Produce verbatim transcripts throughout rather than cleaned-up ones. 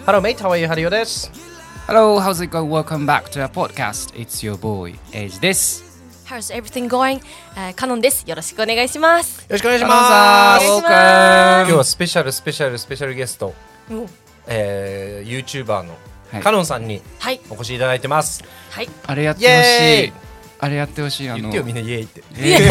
Hello mate, how are you? ハリオです。 Hello, how's it going? Welcome back to our podcast. It's your boy, Age です。 How's everything going? カノンです。よろしくお願いします。 よろしくお願いします。 お願いします。 今日はスペシャルスペシャルスペシャルゲスト、 うんえー、YouTuber のはいカノンさんにはい。 お越しいただいてます。 はい。 あれやってほイエーイしい。あれやってほしい。あの言ってよみんなイエーイって。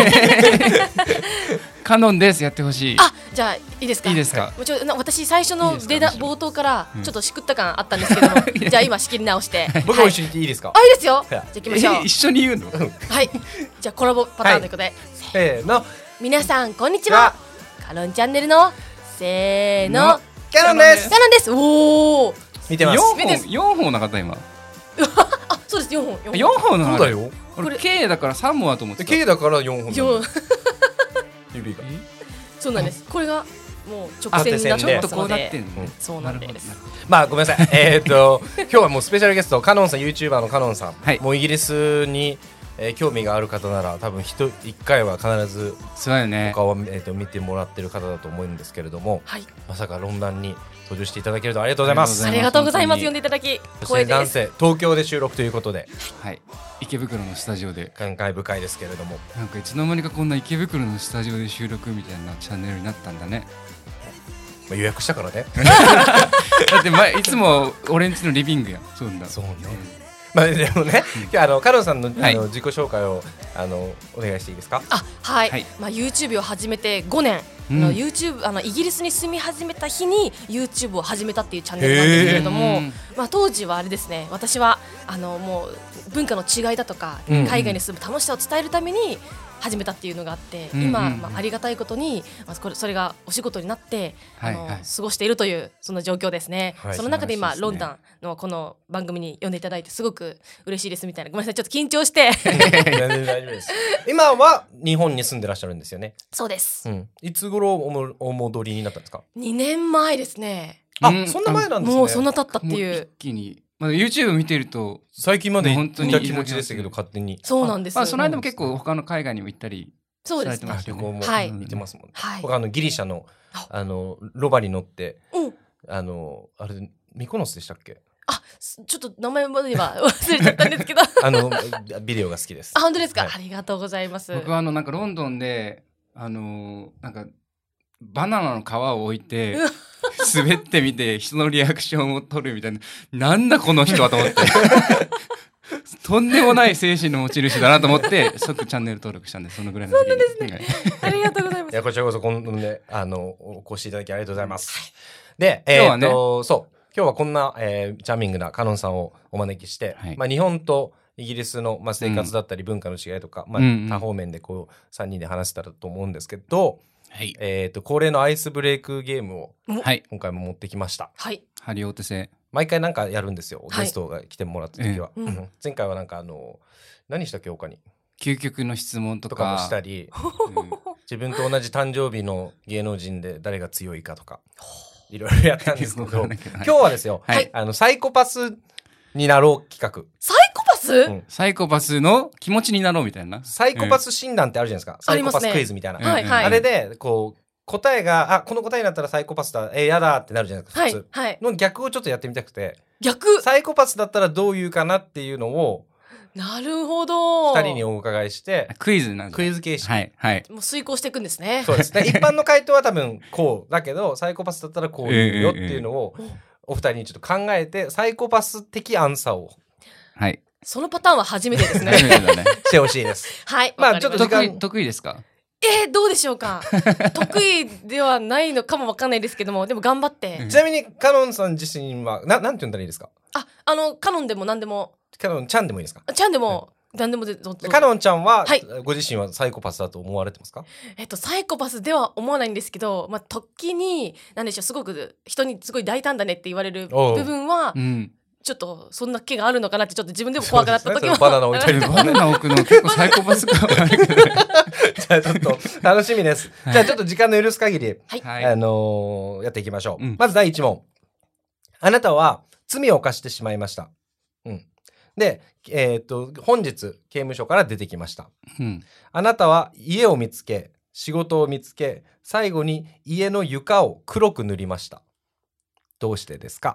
カノンです。やってほしい。 あ、じゃあいいですか。 いいですか。 もうちょな私最初のいいですか出だむしろ冒頭からうんちょっとしくった感あったんですけども、じゃあ今仕切り直して。はい僕も一緒に言っていいですか？ あ、いいですよ。じゃはいあ行きましょうえ。一緒に言うの？ はい。じゃあコラボパターンということで、 せーの、 皆さんこんにちは。カノンチャンネルのせーの。 カノンです。 カノンです。おお。 見てます。 四見てます本四本なかった今。 あ、そうです。四本。四本。 四本なの。 そうだ。よ。 俺 K だから三本だと思ってた。 K だからよんほん。 四。 指が。 そうなんです。これがもう直線になっちょっとこてますので。 うなってんの。 そうなんです。 まあごめんなさい。えっと今日はもうスペシャルゲストカノンさん、 YouTuber のカノンさん、 はいもうイギリスに、えー興味がある方なら多分一一回は必ずそうよねお。顔を、えー、と見てもらってる方だと思うんですけれども、 はい。 まさかロンダンに登場していただけるとありがとうございます。 ありがとうございます。 本当に呼んでいただきそしてなん光栄です。 せ東京で収録ということではい。池袋のスタジオで。 感慨深いですけれども、 なんかいつの間にかこんな池袋のスタジオで収録みたいなチャンネルになったんだね。 まあ、予約したからね。 だって前いつも俺んちのリビングやん。そうなんだ。 そうね。まあでもね、今日あのカノンさんの、 はいあの自己紹介をあのお願いしていいですか？ あ、はい、 はいまあ YouTube を始めてごねん、 うんあの YouTube あのイギリスに住み始めた日に YouTube を始めたっていうチャンネルなんですけれどへもー、 まあ当時はあれですね、私はあのもう文化の違いだとか、 うん海外に住む楽しさを伝えるために始めたっていうのがあって、 うん今、 うんまあ、ありがたいことに、まあ、これそれがお仕事になって、あのはいはい過ごしているというその状況ですね、 はいその中で今素晴らしいですねロンダンのこの番組に呼んでいただいてすごく嬉しいですみたいな、ごめんなさいちょっと緊張して全然大丈夫です。今は日本に住んでらっしゃるんですよね。 そうです、 うん。いつ頃おもお戻りになったんですか？ にねんまえですね。 あ、 うんそんな前なんですね。 もうそんな経ったってもう一いう。 気に、まあ、YouTube 見てると、 最近までもう本当にいた気持ちでしたけど勝手に。 そうなんです。 まあ、その間も結構他の海外にも行ったりそうですねされてま。すよね。 旅行もはい行ってますもんね。 はい僕あのギリシャのああのロバに乗ってうん。 あのあれミコノスでしたっけ？ あ、すちょっと名前までは忘れちゃったんですけど。 あのビデオが好きです。 あ、本当ですか。 はいありがとうございます。 僕はあのなんかロンドンであのーなんかバナナの皮を置いてうわ滑ってみて人のリアクションを取るみたいな、なんだこの人はと思ってとんでもない精神の持ち主だなと思って即チャンネル登録したんで、そのぐらいの時に。そうですね。 ありがとうございます。 いやこちらこそ今度ねあのお越しいただきありがとうございます。で、えー、 今日はねとそう今日はこんな、えーチャーミングなカノンさんをお招きして、 はいまあ日本とイギリスの、まあ、生活だったり文化の違いとか、まあうんうん多方面でこうさんにんで話せたらと思うんですけど、 はい。 えー、と恒例のアイスブレイクゲームをはい。 今回も持ってきました。 はい。 ハリオテ製。 毎回なんかやるんですよ、 はいゲストが来てもらった時は、 ええうんうん前回はなんかあの何したっけ他に究極の質問とか。 とかもしたりうん自分と同じ誕生日の芸能人で誰が強いかとかいろいろやったんですけよくわどかんないけど今日はですよ、 はいあのサイコパスになろう企サイコパス？ うんサイコパスの気持ちになろうみたいな。 画サイコパス診断ってあるじゃないですか、サイコパスクイズみたいな、 ありますねはいはい。 あれでこう答えがあこの答えになったらサイコパスだえー、やだってなるじゃないですかは普通、 いはい。 の逆をちょっとやってみたくて逆。 サイコパスだったらどういうかなっていうのをなるほど。 ふたりにお伺いしてクイズなんです。 クイズ形式、 はい。はい。 もう遂行していくんですね。 そうですね一般の回答は多分こうだけどサイコパスだったらこういうよっていうのをええええお二人にちょっと考えてサイコパス的アンサーをはい。 そのパターンは初めてですね。 初めてだね。 してほしいですはい。 まあわかりしたちょっと時間得意、得意ですか？ えー、どうでしょうか。得意ではないのかもわかんないですけども、でも頑張って。 うんちなみにカノンさん自身はななんて呼んだらいいですか？ あ、あのカノンでも何でも、 カノンちゃんでもいいですか？ ちゃんでも何でもでどうぞ。 カノンちゃんは、 はいご自身はサイコパスだと思われてますか？ えっと、サイコパスでは思わないんですけど、まあ、時に何でしょう、すごく人にすごい大胆だねって言われるおう部分はうん。 ちょっとそんな気があるのかなってちょっと自分でも怖くなった時も、 そうですねそのバナナ置いといてバナナ置くの結構サイコパス感はあるけど。 じゃあちょっと楽しみです、じゃあちょっと時間の許す限り、 はい。 あのーやっていきましょう、 うんまずだいいち問。あなたは罪を犯してしまいました。うん。で、えっと、本日、刑務所から出てきました。 うん。 あなたは家を見つけ、仕事を見つけ、最後に家の床を黒く塗りました。どうしてですか？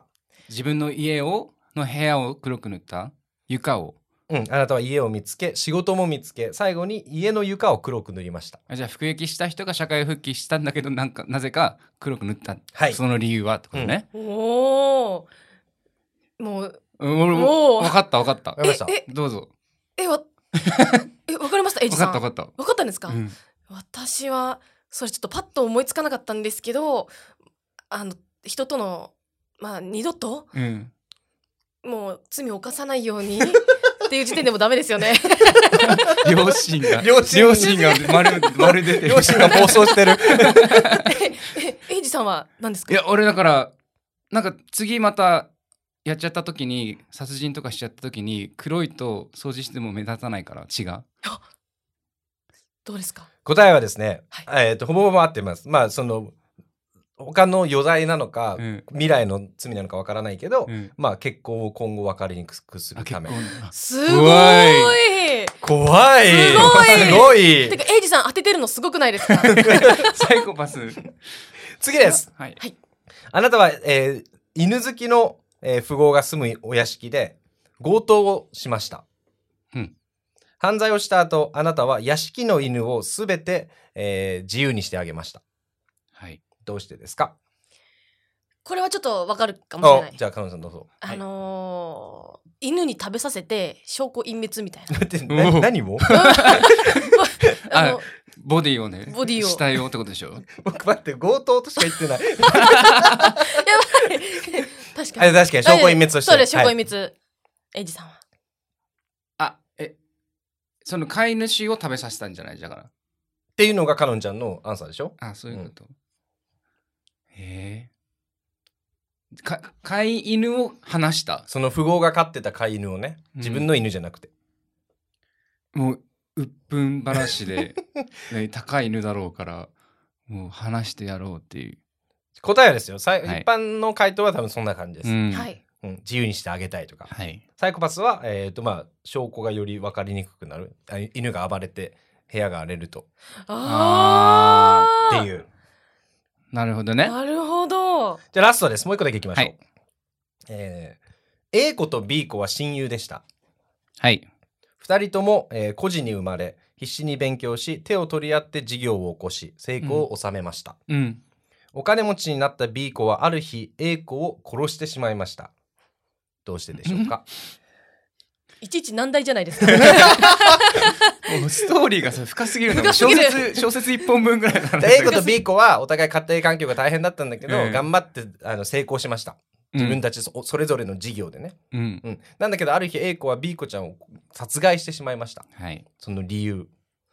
自分の家をの部屋を黒く塗った？床を？ うん、あなたは家を見つけ、仕事も見つけ、最後に家の床を黒く塗りました。 あ、じゃあ服役した人が社会復帰したんだけど、なんかなぜか黒く塗った、 はい、 その理由はってことね。 うん、おお、もう、 うん、俺も分かった分かった分かりました。 どうぞ。 えわえ分かりました。エイジさん。 分かった分かった分かったんですか？ うん、 私はそれちょっとパッと思いつかなかったんですけど、あの人とのまあ二度と、 うん、 もう罪を犯さないようにっていう時点でもダメですよね。 両親が両親両親が丸丸出てる。 両親が暴走してる。 ええエイジさんは何ですか？ いや俺だからなんか次またやっちゃった時に、殺人とかしちゃった時に黒いと掃除しても目立たないから血が。 どうですか？ 答えはですね、 はえっとほぼほぼ合ってます。まあその他の余罪なのか、 うん、 未来の罪なのかわからないけど、 うん、 まあ結婚を今後分かりにくくするため。 すごい。 怖い。 すごい。 すごい。 てかエイジさん当ててるのすごくないですか？ サイコパス。 次です。 はい。 あなたは、えー、犬好きの、えー、富豪が住むお屋敷で強盗をしました。 うん。 犯罪をした後、あなたは屋敷の犬をすべて、えー、自由にしてあげました。 はい。 どうしてですか？ これはちょっとわかるかもしれない。 じゃあカノンさんどうぞ。 あのー、犬に食べさせて証拠隠滅みたいな。 待って、な何もあのボディをね、 ボディを死体をってことでしょ。 僕待って、強盗としか言ってない。 やばい。確かに。 あ、確かに証拠隠滅として。 そうです、証拠隠はい、 滅。エイジさんは。 あ、え、その飼い主を食べさせたんじゃない？だからっていうのがカノンちゃんのアンサーでしょ？ あ、そういうこと。うん、へえ。か飼い犬を放した。 その富豪が飼ってた飼い犬をね、自分の犬じゃなくて、 うん、もううっぷんばらしで、ね、高い犬だろうからもう放してやろうっていう答えはですよ、はい、一般の回答は多分そんな感じです、 うんはい、 うん、自由にしてあげたいとか、 はい、 サイコパスは、えーとまあ、証拠がより分かりにくくなる、犬が暴れて部屋が荒れるとあーっていう。 なるほどね。 なるほど。 じゃあラストです。もう一個だけいきましょう。 はい、 えー、A 子と B 子は親友でした。 はい。 二人とも、えー、孤児に生まれ、必死に勉強し、手を取り合って事業を起こし、成功を収めました。 うん、 お金持ちになった B 子はある日 A 子を殺してしまいました。どうしてでしょうか？ いちいち難題じゃないですか。 もうストーリーが深すぎるの。小説小説一本分ぐらいなんです A 子と B 子はお互い家庭環境が大変だったんだけど、 えー、 頑張ってあの成功しました。自分たち そ,、うん、それぞれの事業でね、 うんうん、なんだけどある日 A 子は B 子ちゃんを殺害してしまいました、 はい、 その理由。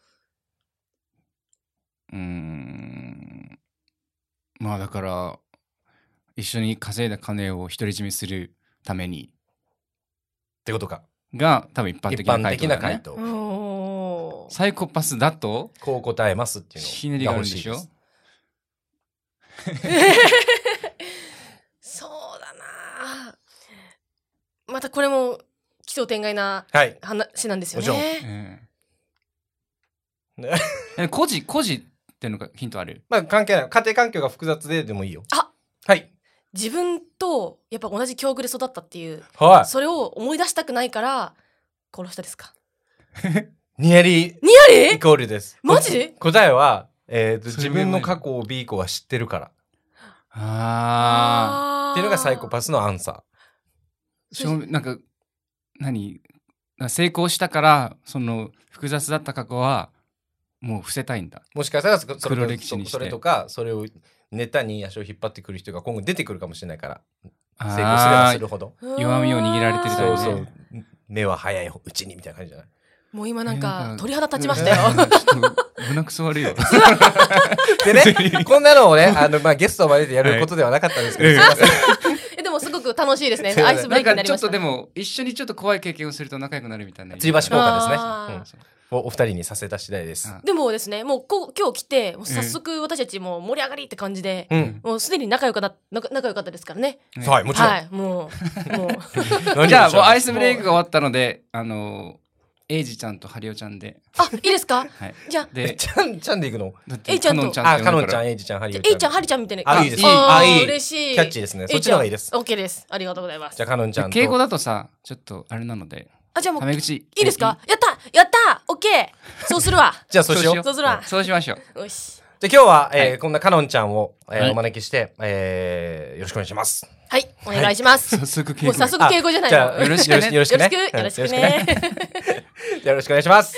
うーん、まあだから一緒に稼いだ金を独り占めするためにってことかが多分一般的な回答だね。 一般的な回答。 サイコパスだとこう答えますっていうのひねりがあるんでしょ。 そうだな。またこれも奇想天外な話なんですよね。 はい、え孤児孤児っていうのがヒントある？ まあ関係ない。家庭環境が複雑ででもいいよ。 あ、 はい。 自分とやっぱ同じ境遇で育ったっていう、 はい、 それを思い出したくないから殺したですか？ ニヤリニヤリイコールです。 マジ？ 答えは、えー、と自分の過去を B 子は知ってるから。 あーっていうのがサイコパスのアンサー。なんか何成功したからその複雑だった過去はもう伏せたいんだ。 もしかしたらそれ黒歴史にしてそれとかそれをネタに足を引っ張ってくる人が今後出てくるかもしれないから、成功すればするほど弱みを握られてるからね。 そうそう目は早いうちにみたいな感じじゃない？ もう今なんか鳥肌立ちましたよ。 ちょっと胸くそ悪いよ。 でね、こんなのをね、あのまあゲストを招いてやることではなかったんですけど、はい、すいません。 でもすごく楽しいですね。アイスブレイクになりました。 ちょっとでも一緒にちょっと怖い経験をすると仲良くなるみたいな。 吊り橋効果ですね。うん、お, お二人にさせた次第です。 でもですね、もうこ今日来てもう早速私たちも盛り上がりって感じで、うん、もうすでに仲良くな仲良かったですからね。 はい、もちろん。 はい、もうもうじゃあもうアイスブレイクが終わったので、あのエイジちゃんとハリオちゃんで、 あ、いいですか？ はい、 じゃあでちゃんちゃんでいくの？ だってエイちゃんとカノンちゃんあ、 って呼ぶからかのんちゃん、エイジちゃん、ハリオえいちゃんハリちゃんみたいな。 あ、いいです。 いいあ、いい。 嬉しい。 キャッチーですね。そっちの方がいいです。 オッケーです。ありがとうございます。 じゃあかのんちゃんと。 敬語だとさちょっとあれなのであ、じゃあもういタメ口いいですか？やったやったオッケー。そうするわ。 じゃあそうしよう。 そうするわ。 そうしましょう。 よし。 じゃあ今日は、えーはいこんなかのんちゃんを、えーはいお招きして、えーよろしくお願いします。 はい、お願いします。 早速敬語もう早速敬語じゃないの。 じゃあよろしくねよろしくね。 よろしくうんね。 よろしくお願いします。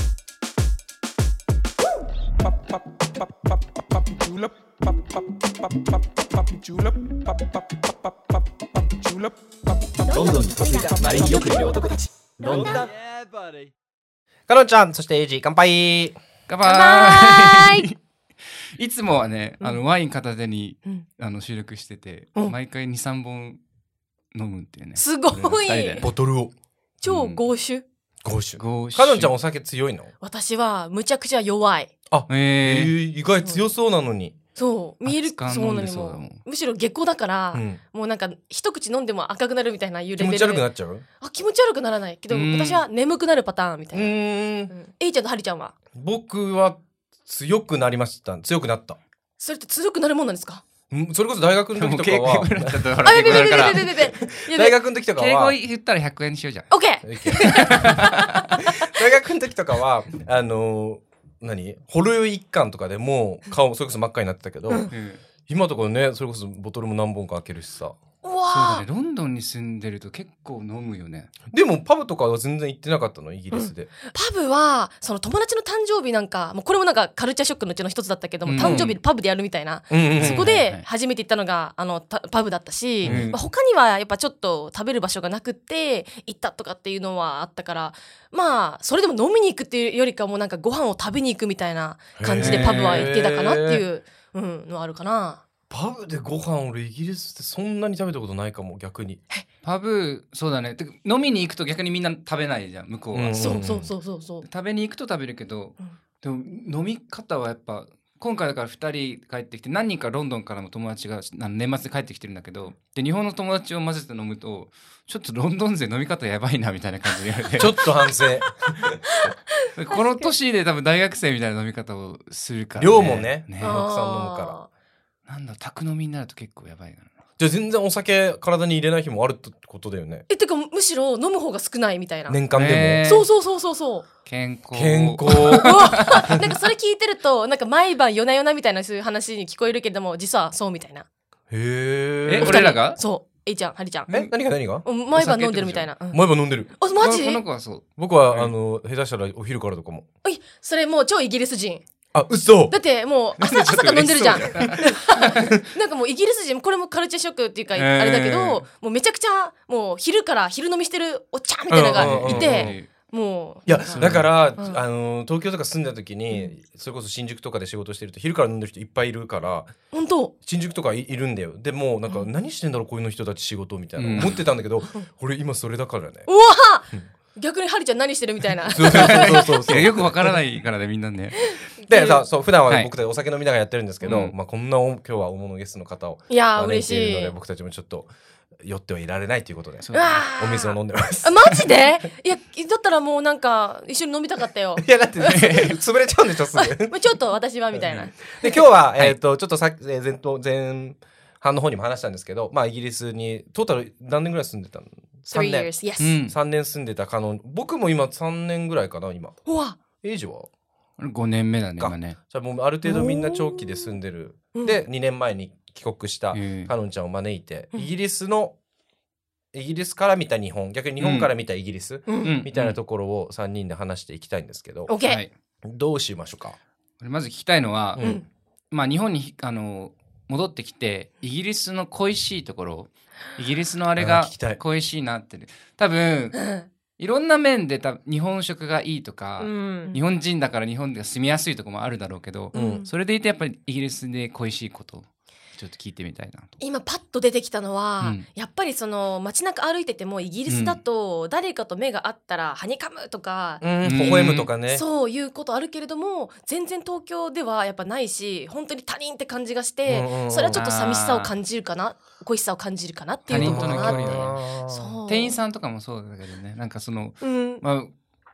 pop pop pop pop pop julep pop pop pop pop pop julep pop pop pop pop pop pop julep pop pop ロンドンに嫁いだマリンよくいる男たち。ロンドン。 かのんちゃん、そしてエイジ、乾杯。 乾乾杯杯いつもはねあのワイン片手にうんあの収録しててうん毎回にさんぼん飲むっていうね。 すごい俺ら二人でボトルを。 超豪酒。 豪酒。 豪酒かのんちゃんお酒強いの？ 私はむちゃくちゃ弱い。 ええーー、意外強そうなのに。 そう見える熱燗そうなのに飲んでそうだもんもむしろ下戸だから、 うん。 もうなんか一口飲んでも赤くなるみたいないうレベル気持ち悪くなっちゃう？ あ気持ち悪くならないけどうん私は眠くなるパターンみたういな。 ーん。 うんえいちゃんとはりちゃんは僕は強くなりました。強くなった。 それって強くなるもんなんですか？ んそれこそ大学のもう時とかは敬語ぐらいだったらほらあやべべべ敬語だからべべべべべ大学の時とか敬語は言ったらひゃくえんにしようじゃん。 オッケー大学の時とかはあのー何ほろ酔い一貫とかでもう顔それこそ真っ赤になってたけど、 うん今とかねそれこそボトルも何本か開けるしさ。 うそうだわねロンドンに住んでると結構飲むよね。 でもパブとかは全然行ってなかったのイギリスで。 パブはその友達の誕生日なんかもうこれもなんかカルチャーショックのうちの一つだったけども、 うん誕生日パブでやるみたいな、 うんうんうんそこはいはいで初めて行ったのがあのたパブだったし、 うんまあ、他にはやっぱちょっと食べる場所がなくって行ったとかっていうのはあったからまあそれでも飲みに行くっていうよりかもなんかご飯を食べに行くみたいな感じでパブは行ってたかなっていう、うん、のはあるかな。 パブでご飯俺イギリスってそんなに食べたことないかも逆に。 パブそうだね。てか飲みに行くと逆にみんな食べないじゃん向こうは。 うんそうそうそうそうそう。 食べに行くと食べるけど、 うんでも飲み方はやっぱ今回だからふたり帰ってきて何人かロンドンからの友達があの年末で帰ってきてるんだけどで日本の友達を混ぜて飲むとちょっとロンドン勢飲み方やばいなみたいな感じで言われてちょっと反省。 この年で多分大学生みたいな飲み方をするから、 量もねねたくさん飲むかなんだ宅飲みになると結構やばいな。 じゃあ全然お酒体に入れない日もあるってことだよね。 えてかむしろ飲む方が少ないみたいな、 年間でも。 ねそうそうそうそうそう健康健康。 うわなんかそれ聞いてるとなんか毎晩夜な夜なみたいなそういう話に聞こえるけども実はそうみたいな。 へえ。 え俺らがそうえいちゃんはりちゃんえ何が何が？ うん毎晩飲んでるみたいな。うん毎晩飲んでる。 あマジこの子はそう僕は、 はいあの下手したらお昼からとかも。 おいそれもう超イギリス人あ嘘。 だってもう朝なんでちょっと朝から飲んでるじゃん嬉しそうなんかもうイギリス人これもカルチャーショックっていうかへーあれだけどもうめちゃくちゃもう昼から昼飲みしてるおっちゃんみたいなのがいうんうんうんうんてもういやなんだから、 うんあの東京とか住んだ時に、それこそ新宿とかで仕事してると昼から飲んでる人いっぱいいるから本当新宿とかいいるんだよ。でもなんか、 うん何してんだろうこういう人たち仕事みたいな、 うん思ってたんだけど、俺今それだからね。 うわ逆にはりちゃん何してるみたいなそうそうそうそうそいうやよくわからないからねみんなね。 でさそう普段ははい僕たちお酒飲みながらやってるんですけど、 うんまあ、こんなお今日は大物ゲストの方をいやー招い嬉しいているので僕たちもちょっと酔ってはいられないということでそううわお水を飲んでます。 あマジでいやだったらもうなんか一緒に飲みたかったよいやだって、ね、潰れちゃうんでしょすぐ。 まあちょっと私はみたいなで今日は、えーとちょっとさっきえー前頭前半の方にも話したんですけど、まあ、イギリスにトータル何年ぐらい住んでたの？ さん three 年 years yes、 うんさんねん住んでたカノン。僕も今さんねんぐらいかな今。 うわエイジはごねんめだねか今ね。 じゃあもうある程度みんな長期で住んでる。 うんでにねんまえに帰国したえーカノンちゃんを招いて、 うんイギリスのイギリスから見た日本逆に日本から見たイギリス、 うん、 うんみたいなところをさんにんで話していきたいんですけど、 オッケー、 はい。 どうしましょうか？ これまず聞きたいのは、 うんうんまあ日本にあの戻ってきてイギリスの恋しいところイギリスのあれあーが聞きたい恋しいなって多分いろんな面で多分日本食がいいとか、 うん日本人だから日本で住みやすいところもあるだろうけど、 うんそれでいてやっぱりイギリスで恋しいことをちょっと聞いてみたいなと。 今パッと出てきたのは、 うんやっぱりその街中歩いててもイギリスだと誰かと目が合ったらハニカムとか、 うん微笑むとかね。 そういうことあるけれども全然東京ではやっぱないし本当に他人って感じがして、 うんうんうんそれはちょっと寂しさを感じるかな恋しさを感じるかなっていうところかなって他人との距離あーそう店員さんとかもそうだけどねなんかその、 うんまあ、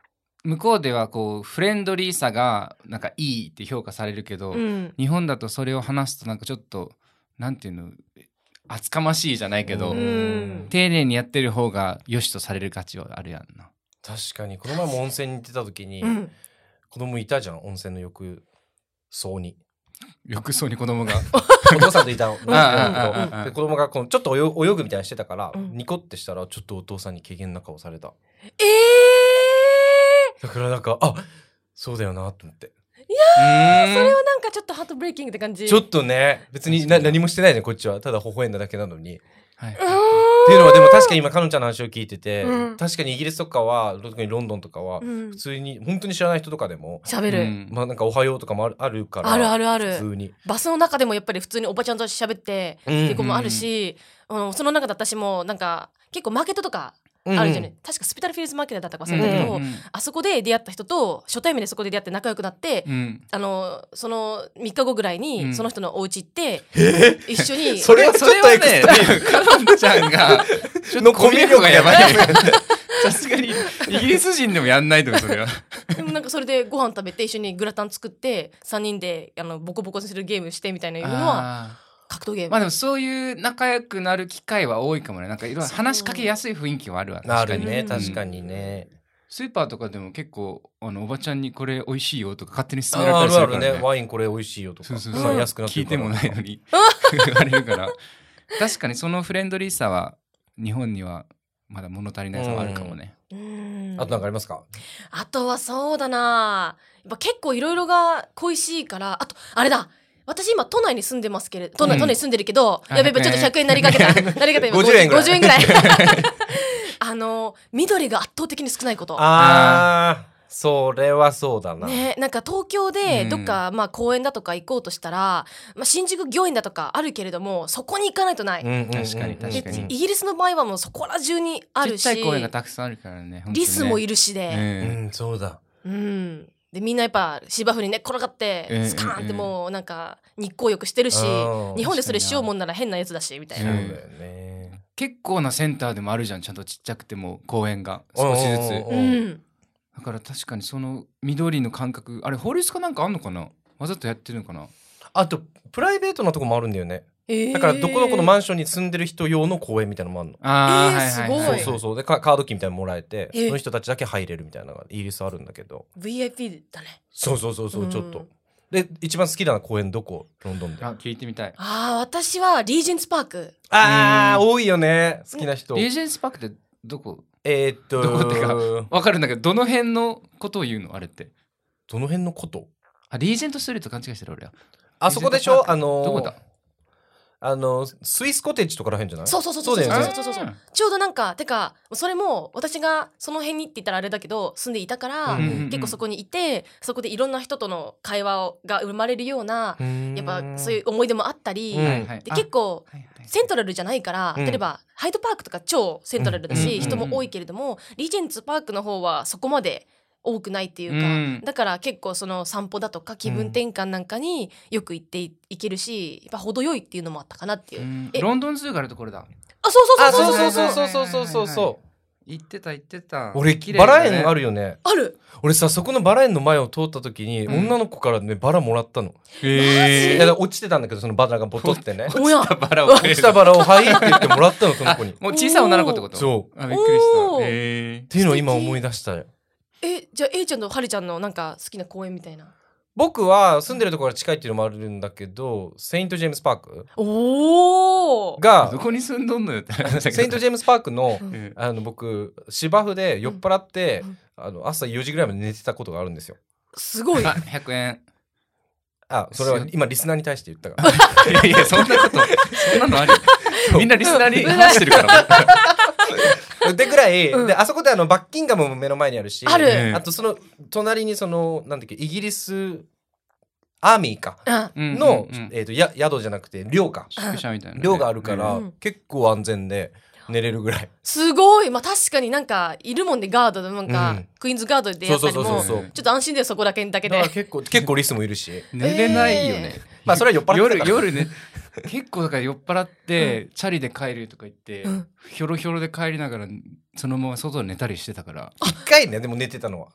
向こうではこうフレンドリーさがなんかいいって評価されるけど、 うん、 日本だとそれを話すとなんかちょっとなんていうの厚かましいじゃないけど、 ううんん、 丁寧にやってる方が良しとされる価値はあるやんな。 確かにこの前も温泉に行ってた時に、 うん、 子供いたじゃん、温泉の浴槽に。 浴槽に子供がお父さんといたのああああああで子供がこうちょっと泳ぐ泳ぐみたいにしてたから、 うんニコってしたらちょっとお父さんに軽減な顔された。 えだからなんかあそうだよなと思って、 ーそれはなんかちょっとハートブレイキングって感じ。 ちょっとね別にな何もしてないねこっちは、ただ微笑んだだけなのに。 はい、 っていうのはでも確かに今かのちゃんの話を聞いてて、 うん確かにイギリスとかは特にロンドンとかはうん普通に本当に知らない人とかでも、 喋る、 うんまあなんかおはようとかもあるあるから、 あるあるある普通にバスの中でもやっぱり普通におばちゃんと喋ってっていう子もあるし、うん、その中で私もなんか結構マーケットとかあるじゃない、 うん確かスピタルフィールズマーケットだったか忘れたけど、 うんうんあそこで出会った人と初対面でそこで出会って仲良くなって、 うんあのそのみっかごぐらいにうんその人のお家行って、一緒にそれはちょっとエクストリームカノンちゃんがちょっとコミュ力がやばいさすがにイギリス人でもやんないと思うそれはでもなんかそれでご飯食べて一緒にグラタン作ってさんにんであのボコボコするゲームしてみたいないうのはあ格闘ゲーム、 ーまあでもそういう仲良くなる機会は多いかもね。なんかいろいろ話しかけやすい雰囲気はあるわ。 あるねうん確かにね、 スーパーとかでも結構あのおばちゃんにこれ美味しいよとか勝手に勧あめられたりるあるするからね。 ねワインこれ美味しいよとかそうそうそう今安くなって聞いてるからもないのに言われるから確かにそのフレンドリーさは日本にはまだ物足りないさはあるかもね。 うんあとなんかありますか？ あとはそうだなやっぱ結構いろいろが恋しいからあとあれだ私今都内に住んでますけれど都内,、 うん都内に住んでるけどあやべやべちょっとひゃくえんなりかけたなりかけた今ごじゅうえんぐらいごじゅうえんぐらいあの緑が圧倒的に少ないことあーそれはそうだな、 ね、なんか東京でどっか、まあ、公園だとか行こうとしたら、まあ、新宿御苑だとかあるけれどもそこに行かないとない、 うんうんうんうん確かに確かにでイギリスの場合はもうそこら中にあるしちっちゃい公園がたくさんあるからね。本当にねリスもいるしで、 ううんんそうだうん、でみんなやっぱ芝生に寝っ転がって、 うんスカーンってもうなんか日光浴してるし、 うん日本でそれしようもんなら変なやつだしみたいな、 うんそうだよね、 結構なセンターでもあるじゃん。ちゃんとちっちゃくても公園が少しずつ。 うんうんうんうんだから確かにその緑の感覚あれ法律かなんかあんのかな。わざとやってるのかな。 あとプライベートなとこもあるんだよね。 えーだからどこどこのマンションに住んでる人用の公園みたいなのもあるの。 あー、 えーはいはいはいすごいそうそうそうでカカードキーみたいなのもらえて、 えその人たちだけ入れるみたいなのがイギリスあるんだけど、 ブイアイピー だね。 そうそうそうそう、 うんちょっとで一番好きな公園どこロンドンで？ あ聞いてみたい。 あー私はリージェンツパーク。 あー多いよね好きな人。 リージェンスパークってどこえーっとどこってかわかるんだけどどの辺のことを言うのあれって。 どの辺のこと？ あリージェントストリート勘違いしてる俺は。 あそこでしリージェントパークょあのーどこだ。 あのスイスコテージとからへんじゃない？ そうそうそうそうだよねそうそうそうそうちょうどなんかてかそれも私がその辺にって言ったらあれだけど住んでいたから、 うんうんうん結構そこにいてそこでいろんな人との会話をが生まれるようなやっぱそういう思い出もあったり、 うんはいはいで結構あはいはいセントラルじゃないから、 うん例えばハイドパークとか超セントラルだし、 うん人も多いけれども、リージェンツパークの方はそこまで多くないっていうか、 うんだから結構その散歩だとか気分転換なんかによく行っていけるしやっぱ程よいっていうのもあったかなっていうう、 んえロンドンズーがあるところだ。 あそうそうあそうそそううそううそうそうそうそうそうそう行ってた行ってた。 俺綺麗バだねラ園あるよね。 ある俺さそこのバラ園の前を通った時に、 うん女の子からねバラもらったの。 へいやだから落ちてたんだけどそのバラがボトってねおやバラを落ちたバラを「はい」って言ってもらったのその子に。っもう小さい女の子ってこと。 そうあびっくりした。 おーへていうのを今思い出したよ。 えじゃあ A ちゃんとはるちゃんのなんか好きな公園みたいな。 僕は住んでるところから近いっていうのもあるんだけどセイント・ジェームス・パークおおがどこに住んどんのよって話だけど。 セイント・ジェームス・パークのうんあの僕芝生で酔っ払って、 うんあの朝よじぐらいまで寝てたことがあるんですよ。 すごいあひゃくえん。 あそれは今リスナーに対して言ったからいやいやそんなことそんなのある。みんなリスナーに話してるから。 でぐらい、 うんであそこであのバッキンガムも目の前にあるしあるうんあとその隣にそのなんだっけイギリスアーミーかあうんの、 うんうんえー、とや宿じゃなくて寮か宿舎みたいなね。 寮があるから、 うん結構安全で寝れるぐらい。 すごいまあ確かになんかいるもんねガードでなんか、 うんクイーンズガードでやったりそうもそうそうそうちょっと安心だよそこだけだけでだから結構結構リスもいるし寝れないよね。 まあそれは酔っ払って夜たから夜ね結構だから酔っ払って、チャリで帰るとか言って、 うんひょろひょろで帰りながらそのまま外で寝たりしてたから。 一回ねでも寝てたのはあ本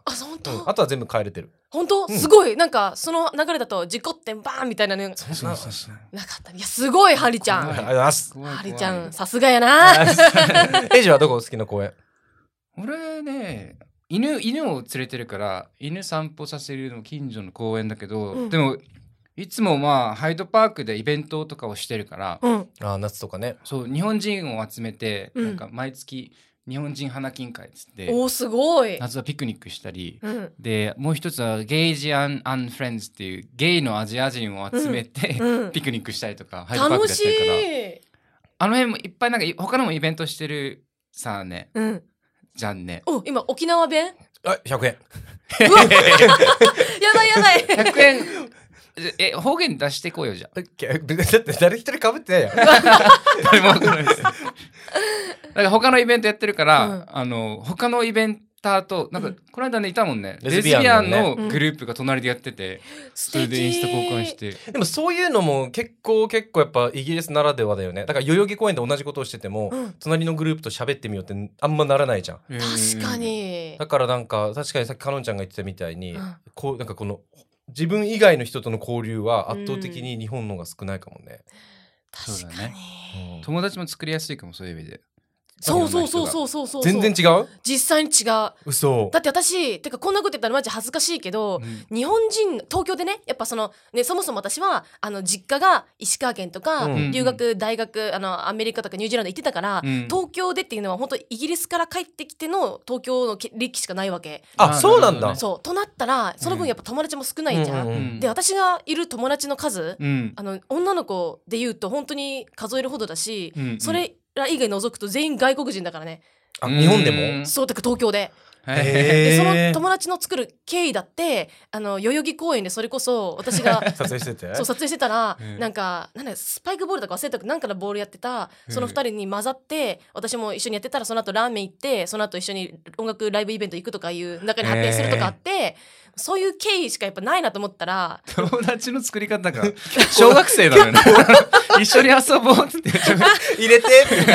当、 うん、あとは全部帰れてる。 本当、 うんすごいなんかその流れだと事故ってんバーンみたいなのなかそうそうそうそうった。いやすごいハリちゃん。 ありがとうございます。 怖い怖いハリちゃんさすがやな。 エイジはどこ好きな公園？ 俺ね犬犬を連れてるから犬散歩させるの近所の公園だけど、 うんでもいつもまあハイドパークでイベントとかをしてるから、 うんあ、夏とかね。 そう日本人を集めて、 うんなんか毎月日本人花金会っつっておーすごい。 夏はピクニックしたり、 うんでもう一つはゲイジアン・アン・フレンズっていうゲイのアジア人を集めて、 うんうんピクニックしたりとかハイドパーク楽しでやってるからい。 あの辺もいっぱいなんか他のもイベントしてるさあねうん。 じゃんねお今沖縄弁。 あ、ひゃくえん。 やばいやばい。 ひゃくえんえ方言出してこうよじゃあだって誰一人被ってないやん。 誰もわからないですだから他のイベントやってるから、 うんあの他のイベンターとなんか、 うんこの間ねいたもんねレレズズビアンビアンのねのグループが隣でやってて、それでインスタ交換してでもそういうのも結構結構やっぱイギリスならではだよね。だから代々木公園で同じことをしてても、 うん隣のグループと喋ってみようってあんまならないじゃん。 確かに。 だからなんか確かにさっきかのんちゃんが言ってたみたいに、 うんこうなんかこの自分以外の人との交流は圧倒的に日本の方が少ないかもね。 そうだ確かに。 ね友達も作りやすいかもそういう意味でそうそうそうそうそうそう。 全然違う？ 実際に違う。 嘘。 だって私てかこんなこと言ったらマジ恥ずかしいけど、 うん日本人東京でねやっぱそのねそもそも私はあの実家が石川県とか、 うん留学大学あのアメリカとかニュージーランド行ってたから、 うん東京でっていうのは本当イギリスから帰ってきての東京の歴史しかないわけ。 あ、 あそうなんだなるほどね。 そうとなったらその分やっぱ友達も少ないじゃん。 うんうんうんで私がいる友達の数、 うんあの女の子で言うと本当に数えるほどだし、 うんうんそれら以外除くと全員外国人だからね。 あ、日本でうんも？ そうだから東京で。 へでそのへー友達の作る経緯だってあの代々木公園でそれこそ私が撮影してて。 そう撮影してたら、 うんなんかなんだスパイクボールとか忘れたけどなんかのボールやってたそのふたりに混ざって私も一緒にやってたらその後ラーメン行ってその後一緒に音楽ライブイベント行くとかいう中に発展するとかあって、そういう経緯しかやっぱないなと思ったら友達の作り方が小学生なのよね一緒に遊ぼうって入れて。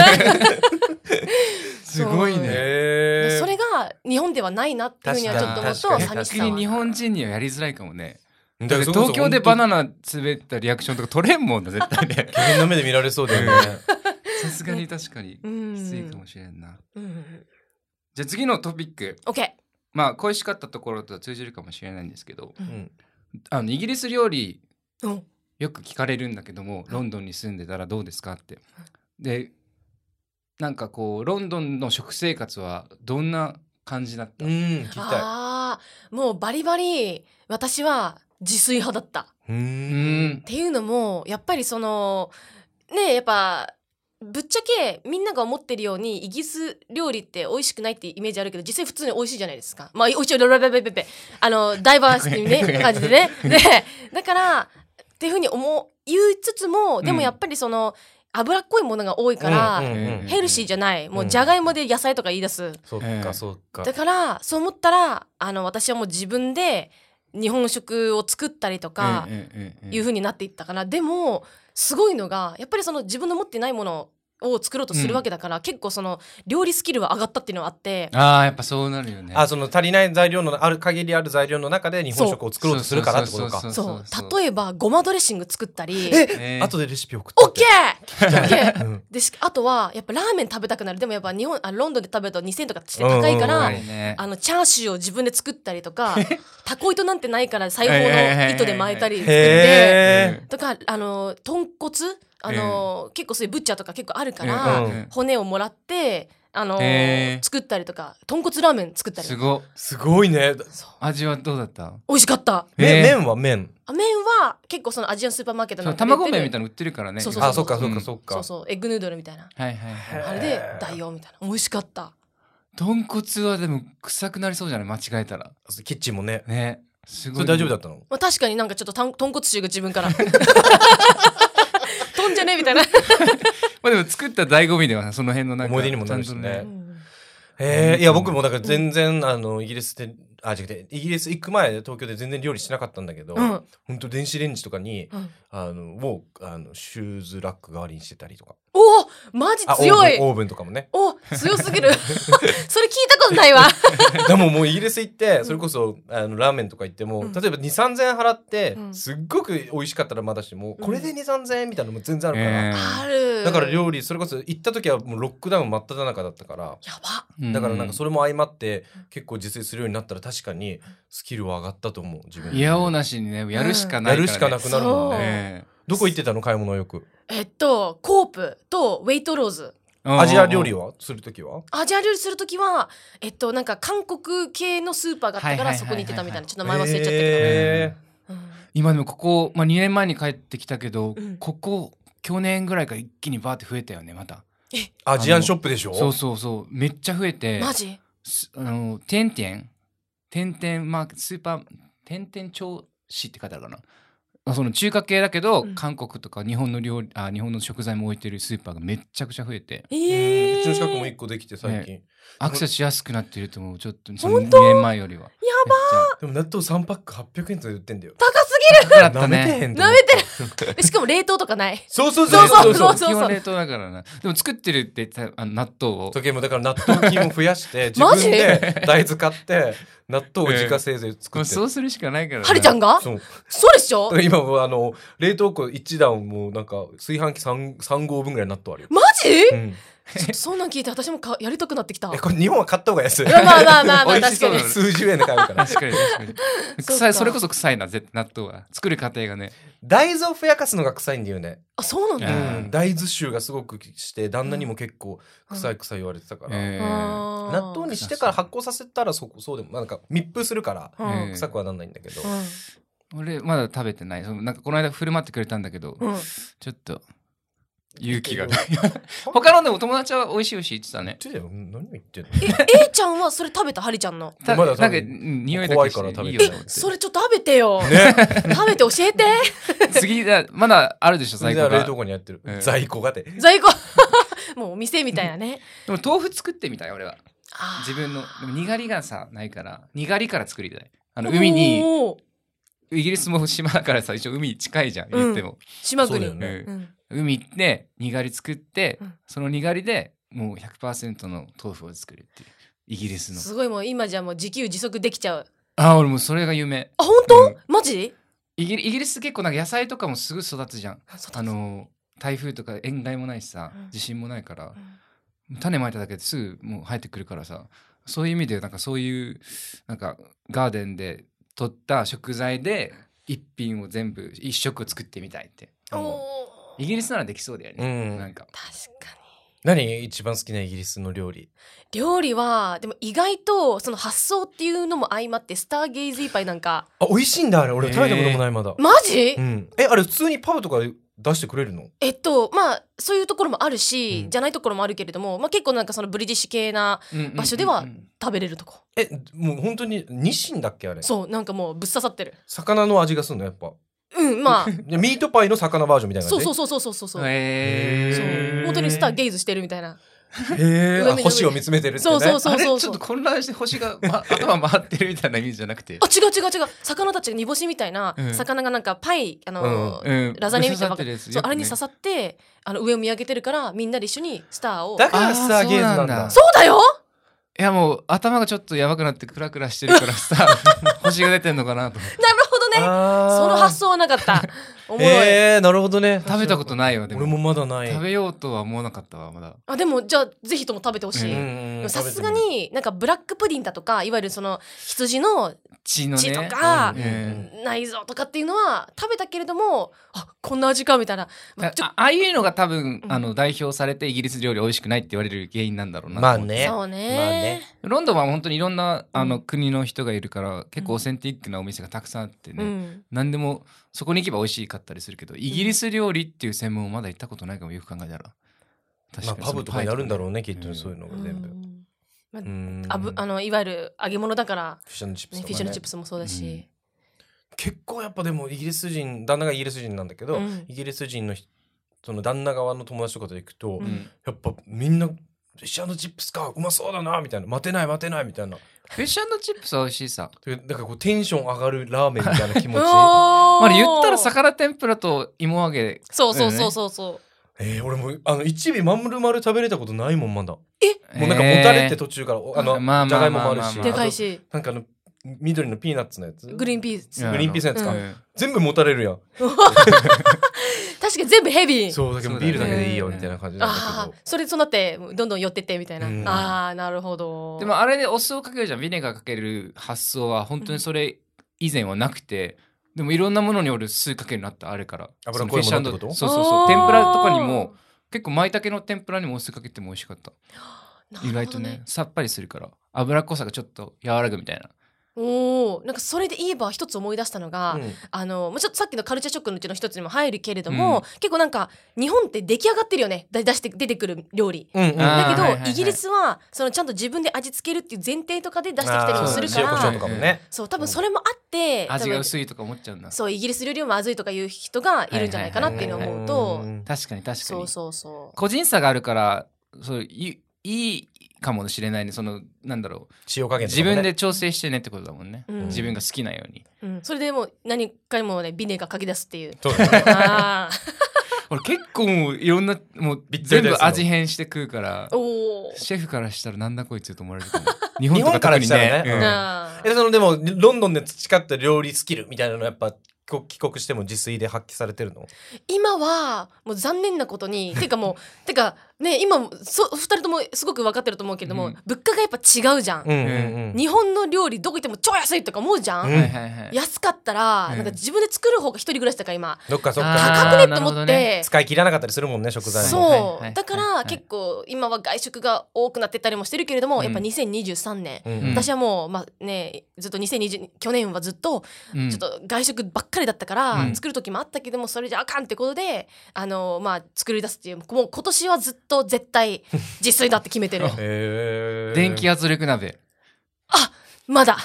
すごいねへーそれが日本ではないなっていうふうにはちょっと思うと確かに寂しさは逆に日本人にはやりづらいかもねだだって東京でバナナ滑ったリアクションとか取れんもんな絶対ね自分の目で見られそうだよね。 さすがに確かにうんきついかもしれんなうんじゃあ次のトピック OK まあ恋しかったところとは通じるかもしれないんですけどうんあのイギリス料理うんよく聞かれるんだけどもロンドンに住んでたらどうですかってでなんかこうロンドンの食生活はどんな感じだった、 うん、聞きたあーもうバリバリ私は自炊派だった。 い。ううーん。 んっていうのもやっぱりそのねやっぱぶっちゃけみんなが思ってるようにイギリス料理って美味しくないっていうイメージあるけど実際普通に美味しいじゃないですか。まあ美味しいララララララあのダイバーシティね感じでね。でだからっていうふうに思う言いつつもでもやっぱりその、脂っこいものが多いから、 うんうんうんヘルシーじゃないもううんじゃがいもで野菜とか言い出す。 そっええかそっか。 だからそう思ったらあの私はもう自分で日本食を作ったりとか、 うんうんうんうんいう風になっていったかな。でもすごいのがやっぱりその自分の持ってないものを作ろうとするわけだから、結構その料理スキルは上がったっていうのはあって、 ああやっぱそうなるよねあ、その足りない材料のある限りある材料の中で日本食を作ろうとするからってことか。 そうそう例えばごまドレッシング作ったりえ、 えー後でレシピ送って。 オッケーオッケーうんでしあとはやっぱラーメン食べたくなる。でもやっぱ日本あロンドンで食べるとにせんえんとかして高いから、 うんうんうんねあのチャーシューを自分で作ったりとかタコ糸なんてないから裁縫の糸で巻いたり作ってへとかあの豚骨あの、結構そういうブッチャーとか結構あるから、 うん骨をもらってあのへー作ったりとか豚骨ラーメン作ったりすごっすごいね。 そう味はどうだった美味しかった。 めへー麺は麺。 あ麺は結構そのアジアンスーパーマーケットそうなんかで売ってる卵麺みたいなの売ってるからねそうそうそうあ、そっかそっうんかそっか。 そうそうエッグヌードルみたいなはいはいはいあれで代用みたいな美味しかった。 豚骨はでも臭くなりそうじゃない間違えたらキッチンもね。 ねすごそいれ大丈夫だったの？ まあ、確かになんかちょっとたん豚骨臭が自分から飛んじゃねえみたいな、 まあでも作った醍醐味ではその辺のなんか思い出にもなるしねちゃんとへえ、いや僕もだから全然あのイギリスであ違ってイギリス行く前で東京で全然料理しなかったんだけど、 うん本当電子レンジとかにうん、 あのをあのシューズラック代わりにしてたりとか。 おマジあ強い。 オーブンオーブンとかもね。 お強すぎる。それ聞いたことないわ。 でももうイギリス行ってそれこそあのラーメンとか行っても、 うん例えばにせんさんぜんえん払って、 うんすっごく美味しかったらまだしも、 うんこれでにせんさんぜんえんみたいなのも全然あるから、 えある。 だから料理それこそ行った時はもうロックダウン真っ只中だったから、 やば。 ーだからなんかそれも相まって結構自炊するようになったら確かにスキルは上がったと思う自分で。 いやおうなしにねやるしかないから、ね、 やるしかなくなるもんそうね。 えどこ行ってたの買い物はよく。 えっとコープとウェイトローズ。 ーアジア料理はするときはアジア料理するときはえっとなんか韓国系のスーパーがあったかはいはいはいはいらそこに行ってたみたいな。ちょっと名前忘れちゃったけへど。うん今でもここ、まあ、にねんまえに帰ってきたけど、 うんここ去年ぐらいから一気にバーって増えたよねまた。 ーアジアンショップでしょ。 そうそうそうめっちゃ増えてマジ？ すあのてんてんてんてんマーケスーパーてんてん超市って書いてあるかな。あその中華系だけど、 うん韓国とか日本の料理あ日本の食材も置いてるスーパーがめっちゃくちゃ増えてえー、 うちの近くも一個できて最近、 アクセスしやすくなってると思うちょっとその本当にねんまえよりは。やばでも納豆さんパックはっぴゃくえんとかで売ってんだよ。 高すだった舐めてへね。 んと思っぎる。舐めてる。しかも冷凍とかない。 そうそうそうそうそう基本冷凍だからな。でも作ってるって言ったあの納豆を。 時計もだから納豆菌を増やして自マジ分で大豆買って納豆を自家製で作ってる。 もうそうするしかないからな。 はりちゃんが？ そうそうでしょだから今もうあの冷凍庫一段もうなんか炊飯器 3, 3合分ぐらい納豆あるよ。 マジ？ うん、 ちょっとそんなん聞いて私もかやりたくなってきた。 えこれ日本は買った方が安い。 まあまあまあまあまあ確かに美味しそうだ。ね数十円で買うから。 確かに確かに。 そっか臭いそれこそ臭いな絶対納豆は作る過程がね。 大豆をふやかすのが臭いんだよね。 あそうなんだ。 うんうん、大豆臭がすごくして旦那にも結構臭い臭い言われてたから。 えーあー納豆にしてから発酵させたらそそうでもなんか密封するからうんえー臭くはなんないんだけど、 俺まだ食べてない。そのなんかこの間振る舞ってくれたんだけど、 うんうんちょっと勇気がない。他のでも友達は美味しい美味しいって言ってたね。 言ってたよ何を言ってんの。 え A ちゃんはそれ食べたはりちゃんの。 たまだなんか多分うん匂いだけ怖いから食べてないいいよそれちょっと食べてよ。 ね。 食べて教えて。 次だまだあるでしょ在庫が。 在庫冷凍庫にやってる、 うん在庫がで在庫。もうお店みたいなね。 でも豆腐作ってみたい俺は。 あー自分のでもにがりがさないからにがりから作りたい。あの海におーイギリスも島だからさ一応海近いじゃん言っても。 島国。 そうだよねうんうん海行ってにがり作って、 うんそのにがりでもう ひゃくパーセント の豆腐を作るっていうイギリスの。 すごいもう今じゃもう自給自足できちゃう。 あ俺もうそれが夢。 あ本当？ うんマジ？ イギリイギリス結構なんか野菜とかもすぐ育つじゃん。 そうだあの台風とか塩害もないしさうん地震もないからうん種まいただけですぐもう生えてくるからさ、そういう意味でなんかそういうなんかガーデンで取った食材で一品を全部一食作ってみたいってお思う。 ーイギリスならできそうだよね、 うんなんか確かに。 何一番好きなイギリスの料理。 料理はでも意外とその発想っていうのも相まってスターゲイズ一杯なんかあ美味しいんだあれ俺食べたこともないまだ、 マジ？ うん、えあれ普通にパブとかで出してくれるの。 えっとまあそういうところもあるし、 うんじゃないところもあるけれども、まあ、結構なんかそのブリティッシュ系な場所ではうんうんうん食べれるとこ、 えもう本当にニシンだっけあれ。 そうなんかもうぶっ刺さってる。 魚の味がするのやっぱ。 うんまあでミートパイの魚バージョンみたいな感じ。 そうそうそうそうそうそうそう、 へーそう本当にスターゲイズしてるみたいな。 へえ上見て星を見つめてるってね。 そうそうそうあれそうそうちょっと混乱して星が、ま、頭回ってるみたいなイメージじゃなくてあ違う違う違う魚たちが煮干しみたいな、 うん魚がなんかパイあの、 うんラザニアみたいな、 刺さってるやつそうよくねあれに刺さってあの上を見上げてるからみんなで一緒にスターを。 だからスターゲーズなんだ。 あーそうなんだそうだよ。 いやもう頭がちょっとやばくなってクラクラしてるからさ星が出てんのかなと思ってなるほどね。 あーその発想はなかった。おもろい。 えー、なるほどね。 食べたことないわでも俺もまだない。 食べようとは思わなかったわまだ。 あでもじゃあぜひとも食べてほしい。 うんうんでもさすがになんかブラックプディンだとかいわゆるその羊の血のね血とかうんうん内臓とかっていうのは食べたけれどもあこんな味かみたいな、まあちょあああいうのが多分、 うんあの代表されてイギリス料理美味しくないって言われる原因なんだろうなと思ってまあね。 そうね,、 まあねロンドンは本当にいろんなあの、 うん国の人がいるから結構オーセンティックなお店がたくさんあってね、 うん、 何でもそこに行けば美味しかったりするけどイギリス料理っていう専門をまだ行ったことないかもよく考えたら確まあパブとかになるんだろうねきっとうんそういうのがう全部。 んまあうんあぶあのいわゆる揚げ物だから、 フィッシュチップスね、 とかねフィッシュのチップスもそうだし、 結構やっぱでもイギリス人旦那がイギリス人なんだけど、 うんイギリス人の人その旦那側の友達とかと行くと、 うんやっぱみんなフィッシュチップスかうまそうだなみたいな待てない待てないみたいなフィッシュチップスは美味しいさ。 でだからこうテンション上がるラーメンみたいな気持ちおーまあ言ったら魚天ぷらと芋揚げそうそうそうそうそう、 えー、俺もあの一尾まん丸々食べれたことないもんまだ。 えもうなんかもたれて途中からあのまあまあまあまあじゃがいももあるし、 でかいしあとなんかあの緑のピーナッツのやつ、 グリーンピースいやグリーンピースのやつか、 うん全部もたれるやん。 確かに全部ヘビー。 そうだけどそうだねビールだけでいいよみたいな感じなんだけどああ、それそうなってどんどん寄ってってみたいな、 うんああなるほど。 でもあれでお酢をかけるじゃん、ビネガーかける発想は本当にそれ以前はなくて、でもいろんなものによる酢かけるなってあるから脂っこいものってことそうそうそう天ぷらとかにも結構舞茸の天ぷらにもお酢かけても美味しかった、 なるほどね意外とねさっぱりするから脂っこさがちょっと和らぐみたいな。 おお、なんかそれで言えば一つ思い出したのが、 うんあのもうちょっとさっきのカルチャーショックのうちの一つにも入るけれども、 うん結構なんか日本って出来上がってるよね、だ出して出てくる料理。 うんうんあーだけど、 はいはいはいイギリスはそのちゃんと自分で味付けるっていう前提とかで出してきたりもするかあー塩コショウら、 とかもね、 そう多分それもあって、 味が多分薄いとか思っちゃうんだ。 そうイギリス料理はまずいとかいう人がいるんじゃないかなっていうのを思うと、 うん確かに確かにそうそうそう。 個人差があるからそういいいかもしれないね。そのなんだろう、 塩加減とか自もね分で調整してねってことだもんね、 うん自分が好きなように。 うん、それでもう何回もねビネガーかき出すっていう。 そうだねあ俺結構もういろんなもうびっつりですよ全部味変して食うからーおーシェフからしたらなんだこいつと思われるかも。日本と日本からか特にしたらねね、うんあーえそのでもロンドンで培った料理スキルみたいなのやっぱ帰帰国しても自炊で発揮されてるの？ 今はもう残念なことにてかもうてかね今もそふたりともすごく分かってると思うけれども、 うん物価がやっぱ違うじゃん、 うんうんうん日本の料理どこ行っても超安いとか思うじゃん、 うんはいはいはい。 安かったら、 うんなんか自分で作る方が一人暮らしだから今どっかそっあーか高くねって思なるほって、 どね使い切らなかったりするもんね食材も。 そう、 はいはいはいだからはい結構今は外食が多くなってたりもしてるけれども、 うんやっぱにせんにじゅうさんねん、 うんうん私はもう、まあね、ずっとにせんにじゅう去年はずっとうんちょっと外食ばっかりだったから、 うん作る時もあったけどもそれじゃあかんってことであの、まあ、作り出すっていうもう今年はずっと絶対自炊だって決めてるへー電気圧力鍋、 まだ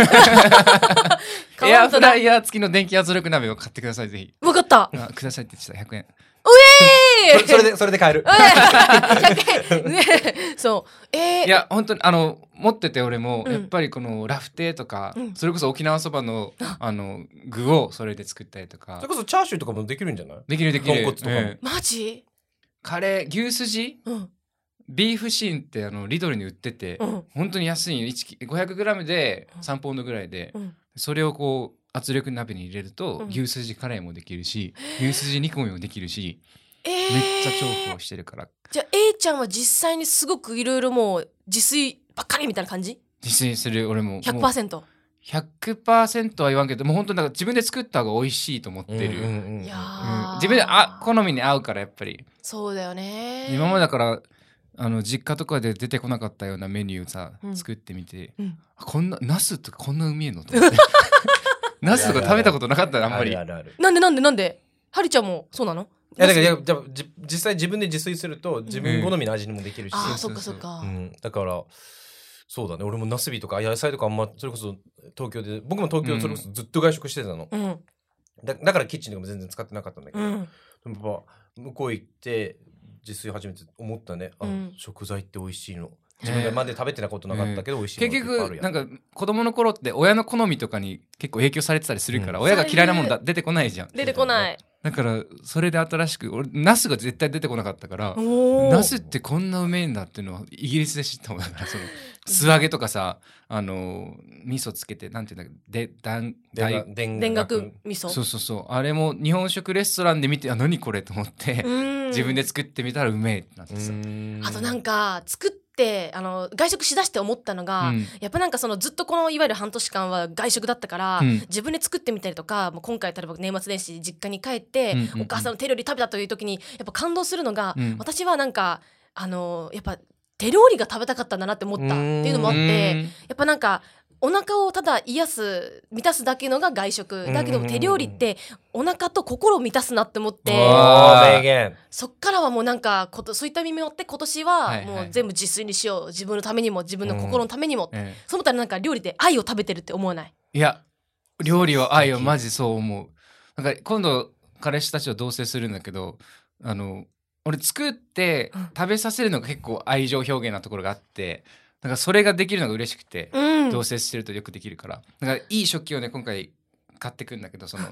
エアフライイヤー付きの電気圧力鍋を買ってくださいぜひ。 分かったあくださいって言ってたひゃくえん。 それそれでそれで買える。 ひゃくえんねそうえー、 いや本当にあの持ってて俺もうんやっぱりこのラフテーとか、 うんそれこそ沖縄そばのあの具をそれで作ったりとそかれこそチャーシューとかもできるんじゃない？ できるできる。 豚骨とかもええマジカレー牛すじうんビーフシーンってあのリドルに売ってて、 うん本当に安いよ ごひゃくグラム でさんポンドぐらいで、 うんそれをこう圧力鍋に入れると、 うん牛すじカレーもできるし牛すじ煮込みもできるしえー、 めっちゃ重宝してるからじゃあ A ちゃんは実際にすごくいろいろもう自炊ばっかりみたいな感じ自炊する俺ももうひゃくパーセントひゃくパーセント は言わんけどもう本当になんか自分で作った方が美味しいと思ってる、 うんうんうんいやうんー自分であ好みに合うからやっぱりそうだよね今までだからあの実家とかで出てこなかったようなメニューさ、 うん作ってみて、 うんあこんなナスとかこんなうめえのと思ってナスとか食べたことなかったらあんまりあるあるある。 なんでなんでなんでハリちゃんもそうなのいやだからいやじゃあじ実際自分で自炊すると自分好みの味にもできるし、 ああそそうそうそうっかそっか、 うん、だからそうだね俺もナスビとか野菜とかあんまそれこそ東京で僕も東京それこそずっと外食してたの、 うんだだからキッチンとかも全然使ってなかったんだけど、 うんでもやっぱ向こう行って自炊始めて思ったねあ、 うん食材って美味しいの自分がまで食べてなことなかったけど美味しいの結っていっぱいあるやん局なんか子供の頃って親の好みとかに結構影響されてたりするから、 うん親が嫌いなものだ出てこないじゃん。 出てこないだからそれで新しく俺ナスが絶対出てこなかったからおーナスってこんなうめえんだっていうのはイギリスで知ったもんだからその素揚げとかさあの味噌つけてなんていうんだっけでだんだい田田楽味噌そうそうそうあれも日本食レストランで見てあ何これと思ってうん自分で作ってみたらうめえってなってさ、 あとなんか作ってあの外食しだして思ったのが、 うんやっぱなんかそのずっとこのいわゆる半年間は外食だったから、 うん自分で作ってみたりとかもう今回例えば年末年始実家に帰って、 うんうんうんお母さんの手料理食べたという時にやっぱ感動するのが、 うん私はなんかあのやっぱ手料理が食べたかったんだなって思ったっていうのもあってやっぱなんかお腹をただ癒す満たすだけのが外食だけど手料理ってお腹と心を満たすなって思ってわー名言そっからはもうなんかことそういった意味もあって今年ははいはいもう全部自炊にしよう自分のためにも自分の心のためにも、 ええそう思ったらなんか料理で愛を食べてるって思わないいや料理は愛をマジそう思うなんか今度彼氏たちと同棲するんだけどあの俺作って食べさせるのが結構愛情表現なところがあってだからそれができるのが嬉しくて、 うん同棲してるとよくできるからだからいい食器をね今回買ってくんだけどその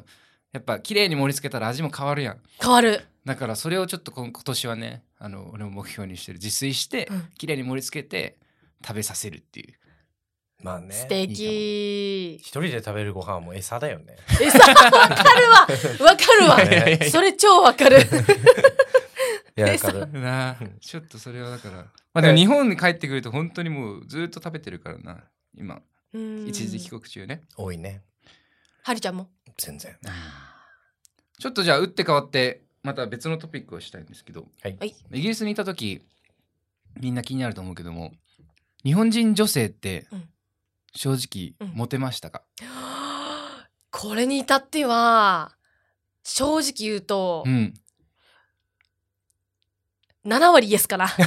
やっぱ綺麗に盛り付けたら味も変わるやん。 変わる。 だからそれをちょっと今今年はね、あの俺も目標にしてる、自炊して、 うん綺麗に盛り付けて食べさせるっていう。 まあね。 素敵。 一人で食べるご飯も餌だよね。 えさ、わかるわ。わかるわ。 ねそれ超わかる。 いや、わかる。 なあちょっとそれはだから、まあでも日本に帰ってくると本当にもうずっと食べてるからな今、 うん一時帰国中ね。 多いね。 はりちゃんも。 全然。 ちょっとじゃあ打って変わってまた別のトピックをしたいんですけど、 はい。 はいイギリスにいた時みんな気になると思うけども、日本人女性ってうん正直うんモテましたか？ これに至っては、正直言うとう、ん。 なな割イエスかな。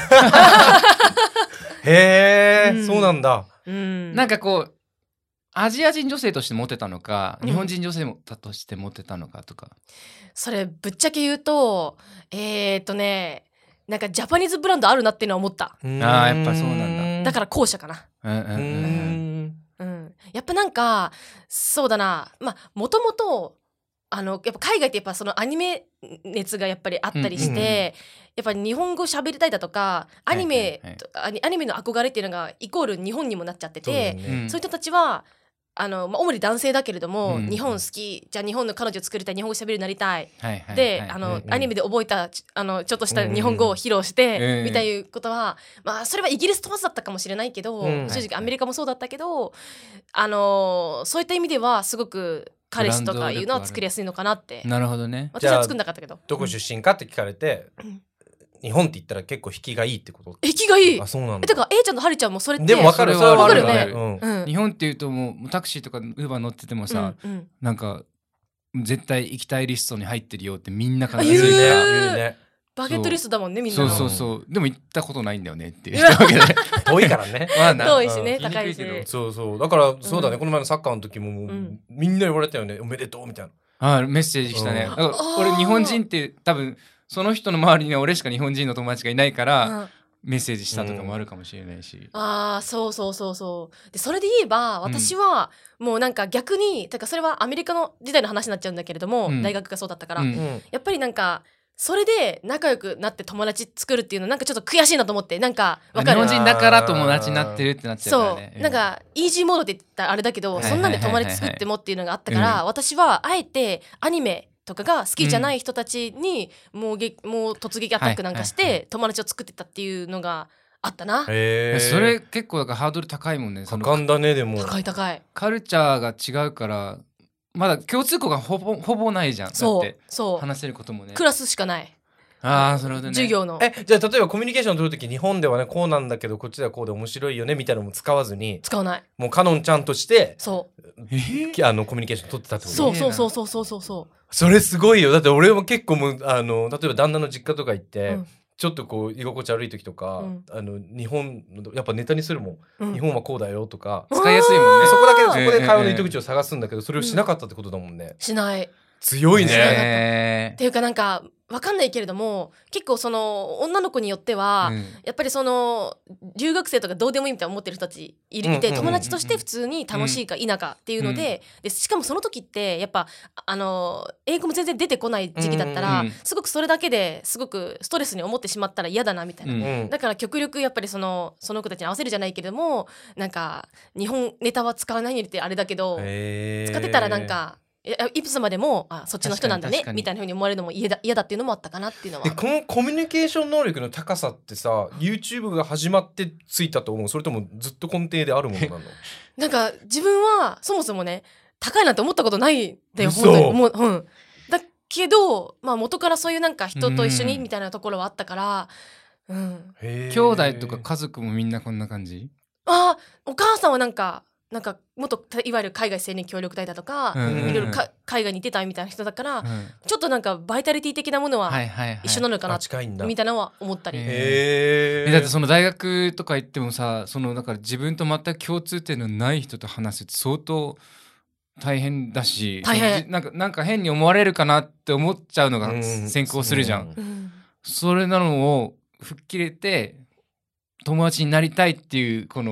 へえ、 うんそうなんだ。 うん。 なんかこうアジア人女性としてモテたのか、 うん日本人女性としてモテたのかとか。 それぶっちゃけ言うと、えーっとね、なんかジャパニーズブランドあるなっていうのは思った。 あーやっぱそうなんだから後者かな。 うんうんううんうんん。 うん。やっぱなんか、そうだな。まあ、もともと、あの、やっぱ海外ってやっぱそのアニメ熱がやっぱりあったりして、 うんうんうんやっぱり日本語喋りたいだとか、アニメ、 はいはいとアニアニメの憧れっていうのがイコール日本にもなっちゃってそうだよて、 ねうんそういう人たちは、あの、まあ、主に男性だけれども、 うん日本好き、じゃあ日本の彼女作りたい、日本語喋るようになりたい。 はいはいで、 はいあの、 うんうんアニメで覚えたちあのちょっとした日本語を披露して、 うんうんみたいなことは、まあそれはイギリス問わずだったかもしれないけど、 うん正直アメリカもそうだったけど、あのそういった意味ではすごく彼氏とかいうのは作りやすいのかなって。 なるほどね。 私は作んなかったけど。 どこ出身かって聞かれてうん、 日本って言ったら結構引きがいいってこと。 引きがいい。 あ、そうなんだ。 えてか A ちゃんとはりちゃんもそれってでも分かる、 それはわかるよねそれはわうん日本っていうともうタクシーとかウーバー乗っててもさ、 うんうんなんか絶対行きたいリストに入ってるよってみんな必あず言うね。 言う言うね。 バゲットリストだもんねみんなの。 そうそうそう。でも行ったことないんだよねっていうわけで。 遠いからね。 まあな遠いしね、 うん高いし言いにくいけどそうそう。だから、そうだね、 うんこの前のサッカーの時ももう、 うんみんな言われたよね。おめでとうみたいな。 ああメッセージしたね。 うんだから俺日本人って多分その人の周りには俺しか日本人の友達がいないから、 うんメッセージしたとかもあるかもしれないし。 ああそうそうそうそうでそれで言えば私はもうなんか逆にてかそれはアメリカの時代の話になっちゃうんだけれども、 うん大学がそうだったから、 うんうん。 やっぱりなんかそれで仲良くなって友達作るっていうのなんかちょっと悔しいなと思って、なんかわかる日本人だから友達になってるってなっちゃうからそね。 うなんかイージーモードって言ったらあれだけど、 はいそんなんで友達作ってもっていうのがあったから、 うん私はあえてアニメとかが好きじゃない人たちにもうげもう突撃アタックなんかしはいはいて友達を作ってたっていうのがあったな。 へえ。 それ結構だからハードル高いもんね。そのかかんだね、でも。 高い高い。 カルチャーが違うからまだ共通項がほぼほぼないじゃん。だそうってそう話せることもね。 クラスしかないああそれほどね。 授業のえ、じゃあ例えばコミュニケーション取るとき日本ではね、こうなんだけど、こっちではこうで面白いよね、みたいなのも使わずに、 使わない。 もうカノンちゃんとして、 そうえーきあの、コミュニケーション取ってたってことそうそうそうそうそうそうそそれすごいよ。だって俺も結構もう、あの、例えば旦那の実家とか行って、 うんちょっとこう、居心地悪い時とか、 うんあの、日本の、やっぱネタにするもん。 う、うん日本はこうだよとか、 使いやすいもんねでそこだけ、 あーそこで会話の糸口を探すんだけど、それをしなかったってことだもんね。 しない強いね。 ねっていうかなんかわかんないけれども結構その女の子によっては、 うんやっぱりその留学生とかどうでもいいみたいな思ってる人たちいるいて、 うんうんうんうん友達として普通に楽しいか否かっていうので、でしかもその時ってやっぱあの英語も全然出てこない時期だったら、 うんうんすごくそれだけですごくストレスに思ってしまったら嫌だなみたいな、 うんうんだから極力やっぱりそのその子たちに合わせるじゃないけれどもなんか日本ネタは使わないようにってあれだけど、 へー使ってたらなんかいやいつまでもあそっちの人なんだね確かに確かにみたいな風に思われるのも嫌だ嫌だっていうのもあったかなっていうのはでこのコミュニケーション能力の高さってさ YouTube が始まってついたと思う？それともずっと根底であるものなの？ なんか自分はそもそもね高いなんて思ったことないんだよ嘘本当にもう、うん、だけど、まあ、元からそういうなんか人と一緒にうんみたいなところはあったから、うん、 へー兄弟とか家族もみんなこんな感じ？ あお母さんはなんかなんか元いわゆる海外青年協力隊だとか、 うんうんいろいろか海外に行ってたみたいな人だから、 うんちょっとなんかバイタリティ的なものははいはいはい一緒なのかな、 あ近いんだ。 みたいなのは思ったり、 へへーえだってその大学とか行ってもさそのだから自分と全く共通点のない人と話すって相当大変だし大変じなんかなんか変に思われるかなって思っちゃうのがうん先行するじゃん、 うんうんそれなのを吹っ切れて友達になりたいっていうこの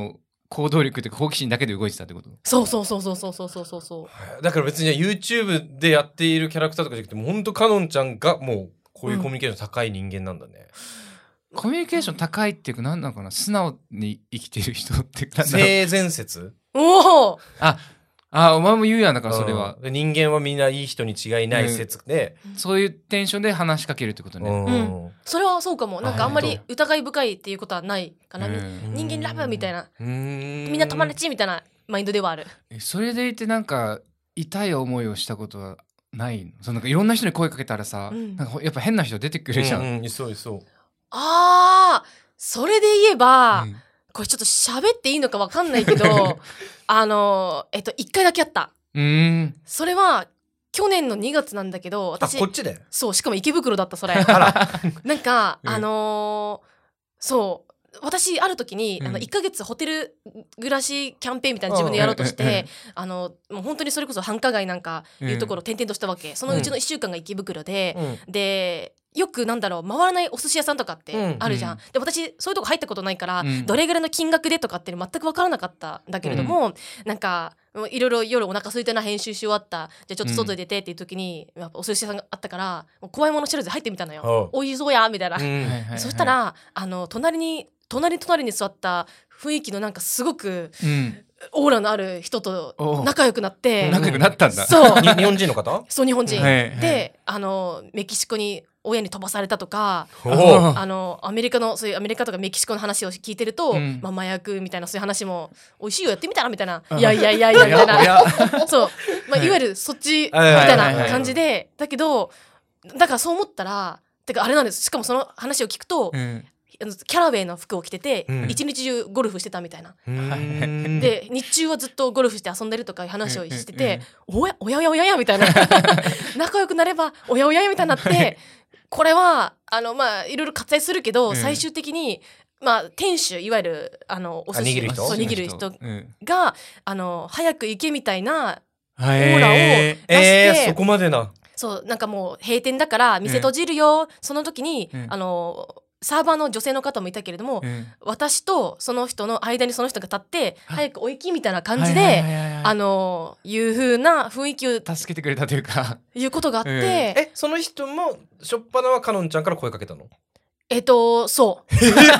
行動力というか好奇心だけで動いてたってこと？ そうそうそうそうそうそうそうそうそうだから別に YouTube でやっているキャラクターとかじゃなくて、もうほんとカノンちゃんがもうこういうコミュニケーション高い人間なんだね。 コミュニケーション高いっていうか何なのかな、素直に生きてる人ってなんだろう。 性善説。 おおああ、お前も言うやんだからそれは、 うん、人間はみんないい人に違いない説で、 そういうテンションで話しかけるってことね。 うんうんそれはそうかも。なんかあんまり疑い深いっていうことはないかな。 うん人間ラブみたいな、 うーんみんな友達みたいなマインドではある。 えそれでいてなんか痛い思いをしたことはないの？そのなんかいろんな人に声かけたらさ、 うんなんかやっぱ変な人出てくるじゃん。 うんうん、いそういそう。 あーそれで言えば、 うんこれちょっと喋っていいのかわかんないけどあのえっといっかいだけあった。 うーん。 それは去年のにがつなんだけど、 あ、 私こっちで。 そうしかも池袋だったそれあら。 なんか、 うんあのーそう私ある時に、 うんあのいっかげつホテル暮らしキャンペーンみたいな自分でやろうとしうんうんうんて、あのもう本当にそれこそ繁華街なんかいうところを転々としたわけ。そのうちのいっしゅうかんが池袋で、 うんでよくなんだろう回らないお寿司屋さんとかってあるじゃん、 うんで私そういうとこ入ったことないから、 うんどれぐらいの金額でとかって全く分からなかったんだけれども、なんかいろいろ夜お腹空いたな編集し終わったじゃあちょっと外に出てっていう時に、やっぱお寿司屋さんがあったからもう怖いもの知らず入ってみたのよ、 はおいしそうやみたいな、 うんはいはいはいそしたらあの隣に隣隣に座った雰囲気のなんかすごくうん、 オーラのある人とお仲良くなって、 仲良くなったんだ。 そうに日本人の方？ そう日本人、 はいはいであのメキシコに親に飛ばされたとか、 おああのアメリカのそういうアメリカとかメキシコの話を聞いてると、 うんまあ、麻薬みたいなそういう話も美味しいよやってみたらみたいな、 うんいやいやいやいやみたいなおやそう、まあ、いわゆるそっちみはいたいはいはいな感じで、だけどだからそう思ったらてかあれなんです。しかもその話を聞くと、 うんあのキャラウェイの服を着てて、 うん一日中ゴルフしてたみたいな、 うーんで日中はずっとゴルフして遊んでるとかいう話をしてうんて、おやおやおやおややみたいな仲良くなればおやおややみたいになってこれはあのまあいろいろ割愛するけど、 うん最終的にまあ店主いわゆるあのお寿司あ握る人そう握る人うんがあの早く行けみたいなオオーラを出して、 えー、そこまでな。 そうなんかもう閉店だから店閉じるよ、その時に、 うんあのサーバーの女性の方もいたけれども、 うん私とその人の間にその人が立って早くお行きみたいな感じで、 はいはいはいはいあのいう風な雰囲気を助けてくれたというか言うことがあって、 うんえ、その人もしょっぱなはカノンちゃんから声かけたの？ えっとそう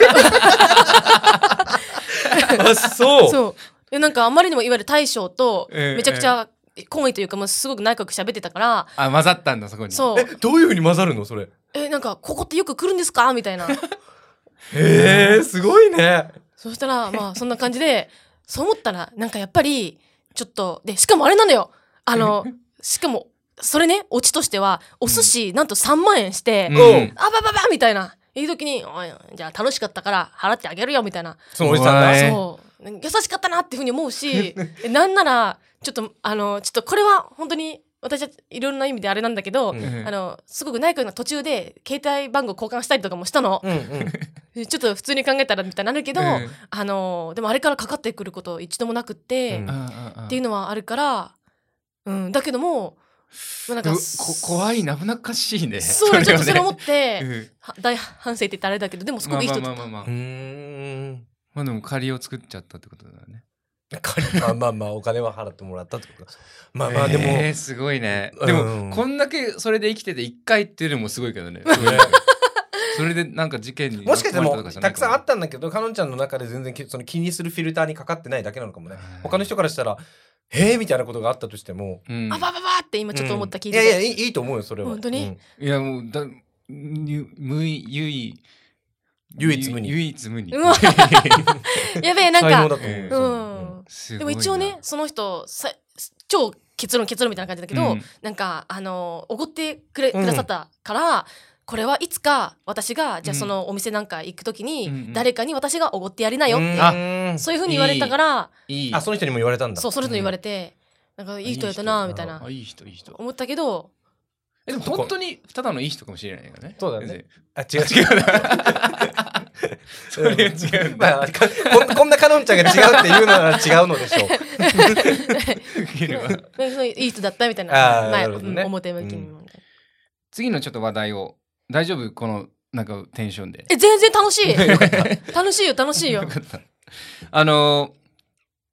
あ、そう。 そうでなんかあまりにもいわゆる大将とうんめちゃくちゃ好意というかもうすごく仲良く喋ってたから、 あ混ざったんだそこに。 そうえ、どういう風に混ざるのそれ？ えなんかここってよく来るんですかみたいなへえ、すごいね。 そしたらまあそんな感じでそう思ったらなんかやっぱりちょっとでしかもあれなのよあのしかもそれねオチとしてはお寿司なんとさんまんえんして、 うんおうあばばばみたいないう時においじゃあ楽しかったから払ってあげるよみたいな、 そのおじさんが。 うわえそう優しかったなっていうふうに思うしえなんならちょっとあのちょっとこれは本当に私はいろんな意味であれなんだけど、 うんうんあのすごく仲良くな途中で携帯番号交換したりとかもしたの、 うんうん。 ちょっと普通に考えたらみたいになるけど、 うんあのでもあれからかかってくること一度もなくって、 うんっっていうのはあるから、うん、だけども、まあ、なんかこ怖いな危なっかしいね。 そうれはねちょっとそれ思って、 うんは大反省って言ったらあれだけどでもすごくいい人だった、 まあまあまあまあうーん。 まあでも借りを作っちゃったってことだよね。 まあまあまあお金は払ってもらったってことだ。まあまあでも、 えーすごいね。 うんでもこんだけそれで生きてて一回っていうのもすごいけどね。それでなんか事件にもしかしてもう巻き込まれとかじゃないたくさんあったんだけど、かのんちゃんの中で全然きその気にするフィルターにかかってないだけなのかもね。 うん他の人からしたら、へえみたいなことがあったとしても、 うんあばばばって今ちょっと思った聞いてて、 うんいやいやいいいいと思うよそれは。 本当にうんいやもうだゆ無い唯唯一無二唯一無二。 うわやべえなんか才能だと思うよ。 うそんすごいなでも一応ねその人さ超結論結論みたいな感じだけど、 うんなんかあのおごってくれうんくださったから、これはいつか私がじゃあうんそのお店なんか行くときに、 うんうん誰かに私がおごってやりなよって、 うんあそういうふうに言われたからいい。 あその人にも言われたんだ。 そうそれと言われて、なんかいい人やったなみたいなあいい人いい人。 思ったけどえでも本当にただのいい人かもしれないよね。 そうだね全然。 あ違う違うな。それは違うんだ。 まあかこんこんなかのんちゃんが違うっていうのは違うのでしょう。 ウケるわなんかそういういい人だったみたいなあーまあなるほどねうん表向きにも、 次のちょっと話題を大丈夫このなんかテンションで。 え全然楽しい楽しいよ楽しいよよかった。あのー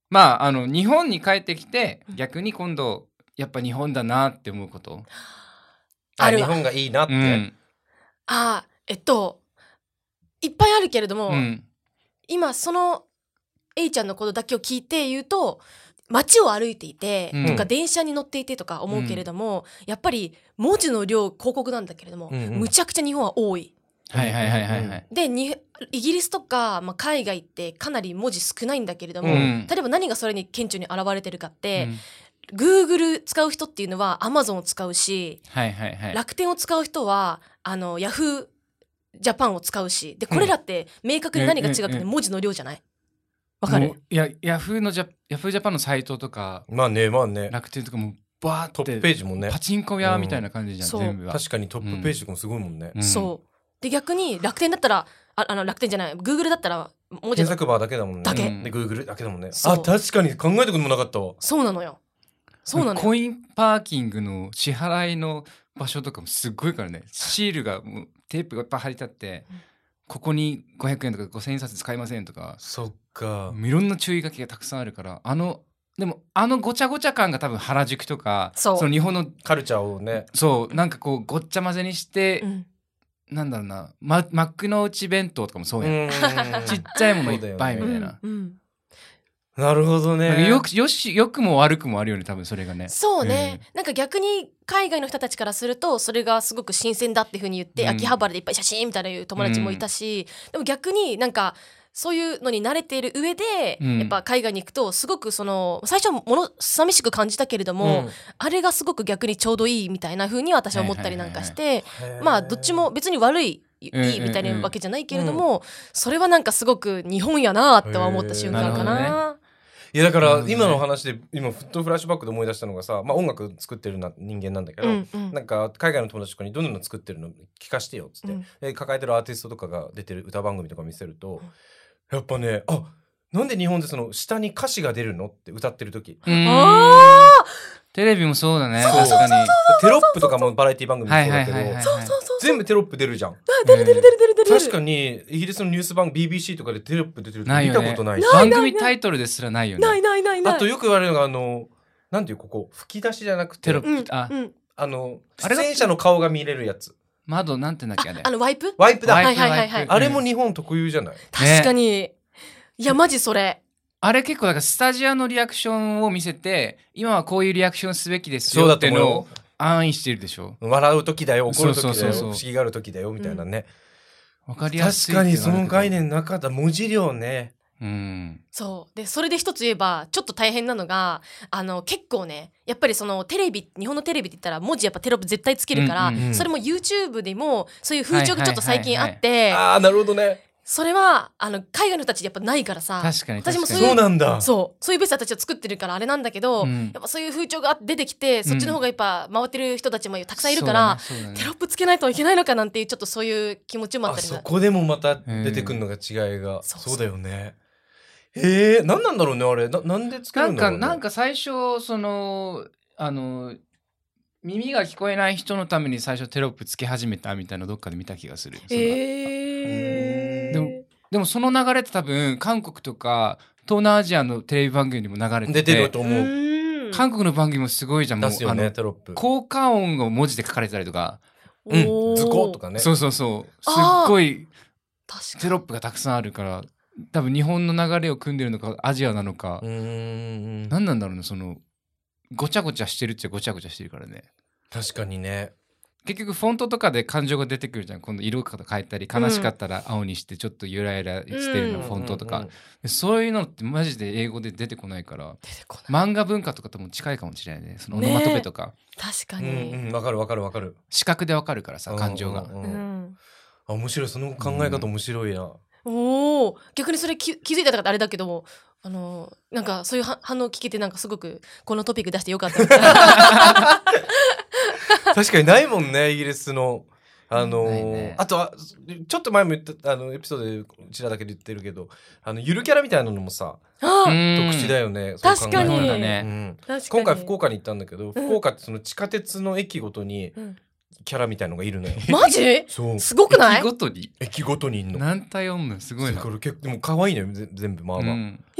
まああの日本に帰ってきて逆に今度やっぱ日本だなって思うこと。 ああるわ日本がいいなって、 うん、 あーえっといっぱいあるけれども、 うん、 今その A ちゃんのことだけを聞いて言うと街を歩いていて、 うんとか電車に乗っていてとか思うけれども、やっぱり文字の量広告なんだけれども、 うんうんむちゃくちゃ日本は多い。 はいはいはいはいはい。 でにイギリスとか、まあ、海外ってかなり文字少ないんだけれども、 うん例えば何がそれに顕著に現れてるかってう、ん Google 使う人っていうのは Amazon を使うし、 はいはいはい。 楽天を使う人はあの Yahoo ジャパンを使うし、でこれらって明確に何が違くうんうんうんて文字の量じゃない？わかる？ もういやヤフーのジャヤフージャパンのサイトとかまあねまあね楽天とかもバーってトップページもねパチンコ屋みたいな感じじゃん、 うん全部は。 確かにトップページとかもすごいもんね、 うんそうで逆に楽天だったらああの楽天じゃない Google だったら文字の検索バーだけだもんねだけで Google だけだもんね。 そうあ確かに考えたこともなかったわ。 そうなのよそうなのよコインパーキングの支払いの場所とかもすっごいからね、シールがもうテープがいっぱい貼り立って、 うんここにごひゃくえんとかごせんえん札使いませんとか、 そっかいろんな注意書きがたくさんあるから、あのでもあのごちゃごちゃ感が多分原宿とかそうの日本のカルチャーをねそうなんかこうごっちゃ混ぜにして、 うんなんだろうな、ま、幕の内弁当とかもそうやん、 んちっちゃいものいっぱいみたいな、 うんうんなるほどね。 なんかよくよしよくも悪くもあるよね多分それがね。 そうね、なんか逆に海外の人たちからするとそれがすごく新鮮だっていう風に言って、 うん秋葉原でいっぱい写真みたいな言う友達もいたし、でも逆になんかそういうのに慣れている上で、 うんやっぱ海外に行くとすごくその最初はもの寂しく感じたけれども、 うんあれがすごく逆にちょうどいいみたいな風に私は思ったりなんかして、 へーまあどっちも別に悪いいうんうんうんいみたいなわけじゃないけれども、それはなんかすごく日本やなっては思った瞬間かへーなるほな。 いやだからなるほどね今の話で今ふっとフラッシュバックで思い出したのがさ、まあ、音楽作ってるな人間なんだけど、 うんうんなんか海外の友達とかにどんなの作ってるの聞かしてよっつって、 うんで抱えてるアーティストとかが出てる歌番組とか見せると、やっぱねあなんで日本でその下に歌詞が出るのって歌ってる時うんあテレビもそうだね、 そう確かに。 テロップとかもバラエティ番組もそうだけど、 はいはいはいはいそうそうそう全部テロップ出るじゃん。 出る出る出る出る出る確かにイギリスのニュース番 ビービーシー とかでテロップ出てるって見ないよねたことないし、 番組タイトルですらないよね。 ないないないないあとよく言われるのがあのなんていうここ吹き出しじゃなくてテロップ、 うんあ、 うんあのあれが出演者の顔が見れるやつ窓なんてなんだっけあれ。 あのワイプワイプだ、 ワイプはいはいはいはいワイプあれも日本特有じゃない、 確かに、いやマジそれあれ結構だからスタジオのリアクションを見せて、今はこういうリアクションすべきですそうよっていうのをだと思うよ安易してるでしょ。 笑う時だよ怒る時だよそうそうそうそう不思議がある時だよみたいなね、 わかりやすい確かにっていうのはあるけどその概。念なかった文字量ねうん。 そうでそれで一つ言えばちょっと大変なのがあの結構ねやっぱりそのテレビ日本のテレビって言ったら文字やっぱテロップ絶対つけるから、 うんうんうんそれも YouTube でもそういう風潮がちょっと最近あって、 ああなるほどねそれはあの海外の人たちやっぱないからさ確かに確かに。 私もそういうそうなんだそうそういうベースたちを作ってるからあれなんだけど、 うんやっぱそういう風潮が出てきてそっちの方がやっぱ回ってる人たちもたくさんいるから、 そうだねそうだねテロップつけないといけないのかなんていうちょっとそういう気持ちもあっあたりそこでもまた出てくるのが違いが、 そうそうだよねへえ何なんだろうねあれななんで作なんかるんだろうねなんか最初そのあの耳が聞こえない人のために最初テロップつけ始めたみたいなどっかで見た気がする。それはえー、 でもでもその流れって多分韓国とか東南アジアのテレビ番組にも流れてて、 出てるとう思う、 ーん韓国の番組もすごいじゃん。もう出すよねあのテロップ効果音が文字で書かれてたりとか、 うんおー図工とかねそうそうそうすっあーごい確かにテロップがたくさんあるから多分日本の流れを組んでるのかアジアなのか、 うーん何なんだろうねそのごちゃごちゃしてるっちゃごちゃごちゃしてるからね。 確かにね結局フォントとかで感情が出てくるじゃん。今度色とか変えたり悲しかったら青にしてちょっとゆらゆらしてるの、 うんフォントとか、 うんうんでそういうのってマジで英語で出てこないから出てこない漫画文化とかとも近いかもしれないね。そのオノマトペとか、 うん確かに、 うんわかるわかるわかる視覚でわかるからさ感情が、 うんうんううんんあ面白いその考え方面白いな、 おお逆にそれ気気づいたとかあれだけどもあのなんかそういうは反応聞けてなんかすごくこのトピック出してよかったみたいな確かにないもんねイギリスのあのーないねあとはちょっと前も言ったあのエピソードでうちらだけで言ってるけどあのゆるキャラみたいなのもさあうん特殊だよね、 確かにそう考えたらそうだねうん確かに今回福岡に行ったんだけど、 ん福岡ってその地下鉄の駅ごとにうんキャラみたいのがいるのよマジそうすごくない駅ごとに駅ごとにいんの何体おんのすごいな。 これ結構でも可愛いのよぜ全部まあまあ、 うんえ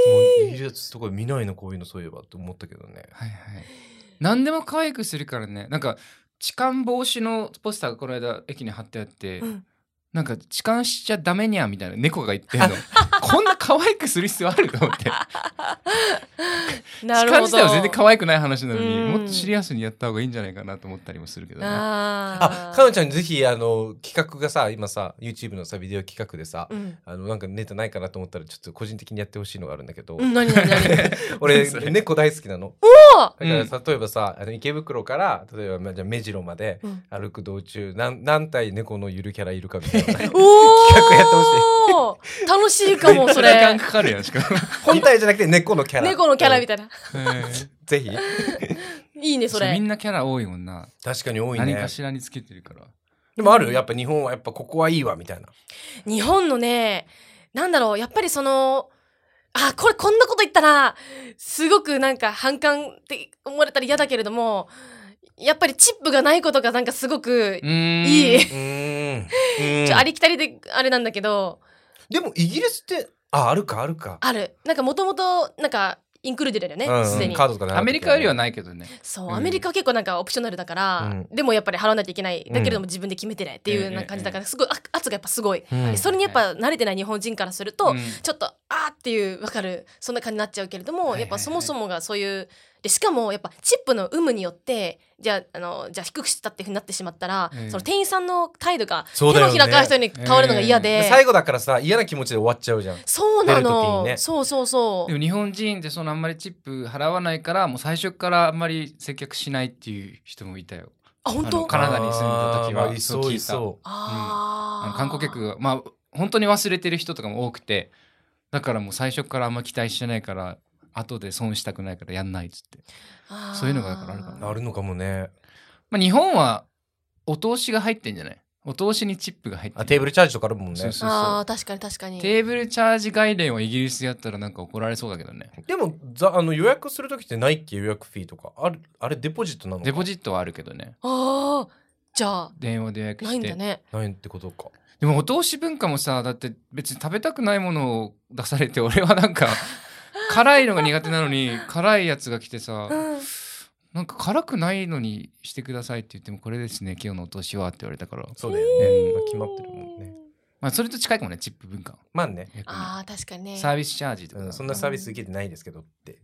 ういいやつとか見ないのこういうのそういえばって思ったけどね。 はいはい。何でも可愛くするからね。なんか痴漢防止のポスターがこの間駅に貼ってあって、うん、なんか痴漢しちゃダメにゃみたいな猫が言ってんの。こんな可愛くする必要あると思って。 なるほど。 痴漢自体は全然可愛くない話なのに、もっとシリアスにやった方がいいんじゃないかなと思ったりもするけどね。 ああ、かのちゃんぜひあの企画がさ、今さ YouTube のさビデオ企画でさ、うん、あのなんかネタないかなと思ったらちょっと個人的にやってほしいのがあるんだけど。 うん、何何何俺猫大好きなの。 おだから例えばさ、あの池袋から例えばじゃ目白まで歩く道中、うん、何, 何体猫のゆるキャラいるかみたいな企画やってほしい。 楽しいかもそれ。 時間かかるやんしかも。 本体じゃなくて猫のキャラ。 猫のキャラみたいな。 ぜひ。 いいねそれ。 みんなキャラ多いもんな。 確かに多いね。 何かしらにつけてるから。 でもあるやっぱ日本はやっぱここはいいわみたいな。 日本のね、なんだろうやっぱりその。あ、これこんなこと言ったらすごくなんか反感って思われたら嫌だけれども、やっぱりチップがないことがなんかすごくいい。うーんちょありきたりであれなんだけど、 でもイギリスってああるかあるかある。なんかもともとなんかインクルーデルだよね、すで、うん、にカードとか、ね、 アメリカよりはないけどね。 そう、うん、アメリカは結構なんかオプショナルだから、うん、でもやっぱり払わなきゃいけない、だけれども自分で決めてねっていうな感じだから、すごい圧がやっぱすごい、うん、それにやっぱ慣れてない日本人からすると、うん、ちょっとあーっていう分かるそんな感じになっちゃうけれども、やっぱそもそもがそういうで、しかもやっぱチップの有無によってじゃあ、あのじゃあ低くしたっていう風になってしまったら、えー、その店員さんの態度が手のひら返したように変わるのが嫌で、 えー、最後だからさ嫌な気持ちで終わっちゃうじゃん。 そうなの、ね、そうそうそう。 でも日本人ってそのあんまりチップ払わないからもう最初からあんまり接客しないっていう人もいたよ。 あ、本当？ カナダに住んでた時はそう聞いた。 ああ、うん、あの観光客がまあ本当に忘れてる人とかも多くて、だからもう最初からあんま期待してないから後で損したくないからやんないっつって、そういうのがだからあるかも、ね、 あるのかもね。 まあ、日本はお通しが入ってんじゃない？お通しにチップが入ってる。 あ、テーブルチャージとかあるもんね。 そうそうそう。 あ、確かに確かに。 テーブルチャージ概念はイギリスやったらなんか怒られそうだけどね。 でもざあの予約するときってないっけ、予約フィーとかある。あれデポジットなのか。 デポジットはあるけどね。 ああ、じゃあ電話で予約してないんだね。 ないってことか。 でもお通し文化もさ、だって別に食べたくないものを出されて、俺はなんか辛いのが苦手なのに辛いやつが来てさ、うん、なんか辛くないのにしてくださいって言っても、これですね今日のお通しはって言われたから。 そうだよね、まあ、決まってるもんね。 まあそれと近いかもね、チップ文化。 まあね。 ああ確かにね。 サービスチャージとか、 うん、そんなサービス受けてないですけどって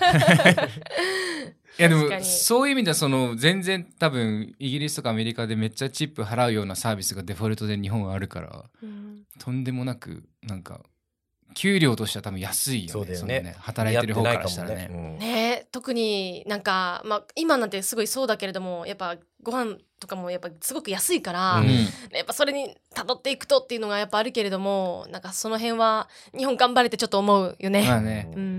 いやでもそういう意味ではその全然多分イギリスとかアメリカでめっちゃチップ払うようなサービスがデフォルトで日本はあるから、うん、とんでもなくなんか給料としては多分安いよね。そうだよね、ね、働いてる方からしたらね。 ね、ね、特になんか、まあ、今なんてすごいそうだけれども、やっぱご飯とかもやっぱすごく安いから、うん、やっぱそれに辿っていくとっていうのがやっぱあるけれども、なんかその辺は日本頑張れてちょっと思うよね。 まあね、 うん、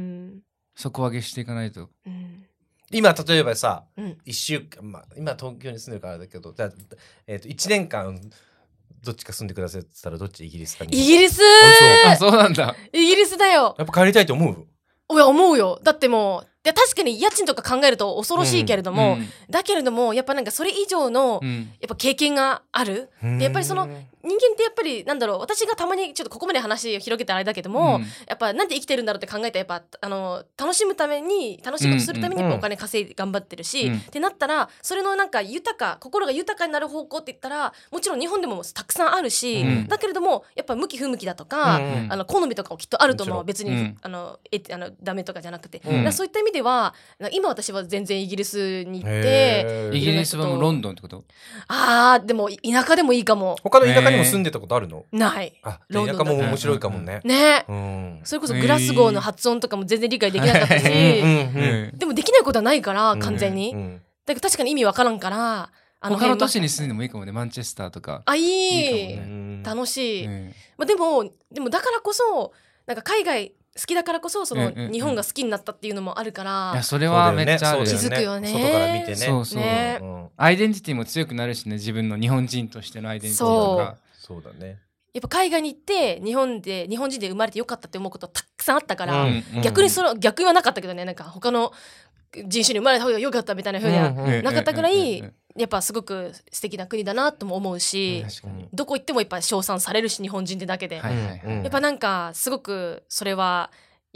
底上げしていかないと、 うん、 今例えばさ、うん、いっしゅうかん、まあ、今東京に住んでるからだけど、じゃあ、えーといちねんかんどっちか住んでくださいって言ったらどっち？イギリスか？ イギリス。 あ、そうなんだ。 イギリスだよ。 やっぱ帰りたいと思う？ いや思うよ。だってもうで確かに家賃とか考えると恐ろしいけれども、うん、だけれどもやっぱなんかそれ以上の、うん、やっぱ経験がある。でやっぱりその人間ってやっぱりなんだろう、私がたまにちょっとここまで話を広げたあれだけども、うん、やっぱなんで生きてるんだろうって考えたらやっぱあの楽しむために楽しいことするためにお金稼いで頑張ってるし、うんうん、ってなったらそれのなんか豊か心が豊かになる方向って言ったらもちろん日本でもたくさんあるし、うん、だけれどもやっぱ向き不向きだとか、うんうん、あの好みとかもきっとあると思う。別に、うん、あのえあのダメとかじゃなくて、うん、だそういった意味では今私は全然イギリスに行ってイギリスはもうロンドンってこと？ あーでも田舎でもいいかも。 他の田舎にも住んでたことあるの？ ない。 あ、田舎も面白いかもね。 ね、うん、それこそグラスゴーの発音とかも全然理解できなかったし、でもできないことはないから完全に、うんうん、だけど確かに意味わからんから、 あの他の都市に住んでもいいかもね。マンチェスターとか。 あ、いい、いいかもね、楽しい、うん、まあ、でもでもだからこそなんか海外好きだからこそその日本が好きになったっていうのもあるから、うんうん、 いやそれはめっちゃあるよね。 気づくよね。 外から見てね。 そうそう、ね、うん、アイデンティティも強くなるしね、自分の日本人としてのアイデンティティとか。 そう、そうだね。 やっぱ海外に行って日本で日本人で生まれてよかったって思うことたくさんあったから、うんうん、逆にその逆にはなかったけどね、なんか他の人種に生まれた方がよかったみたいな風にはなかったぐらい、やっぱすごく素敵な国だなとも思うし、どこ行ってもやっぱ称賛されるし日本人ってだけで、はいはいはい、やっぱなんかすごくそれは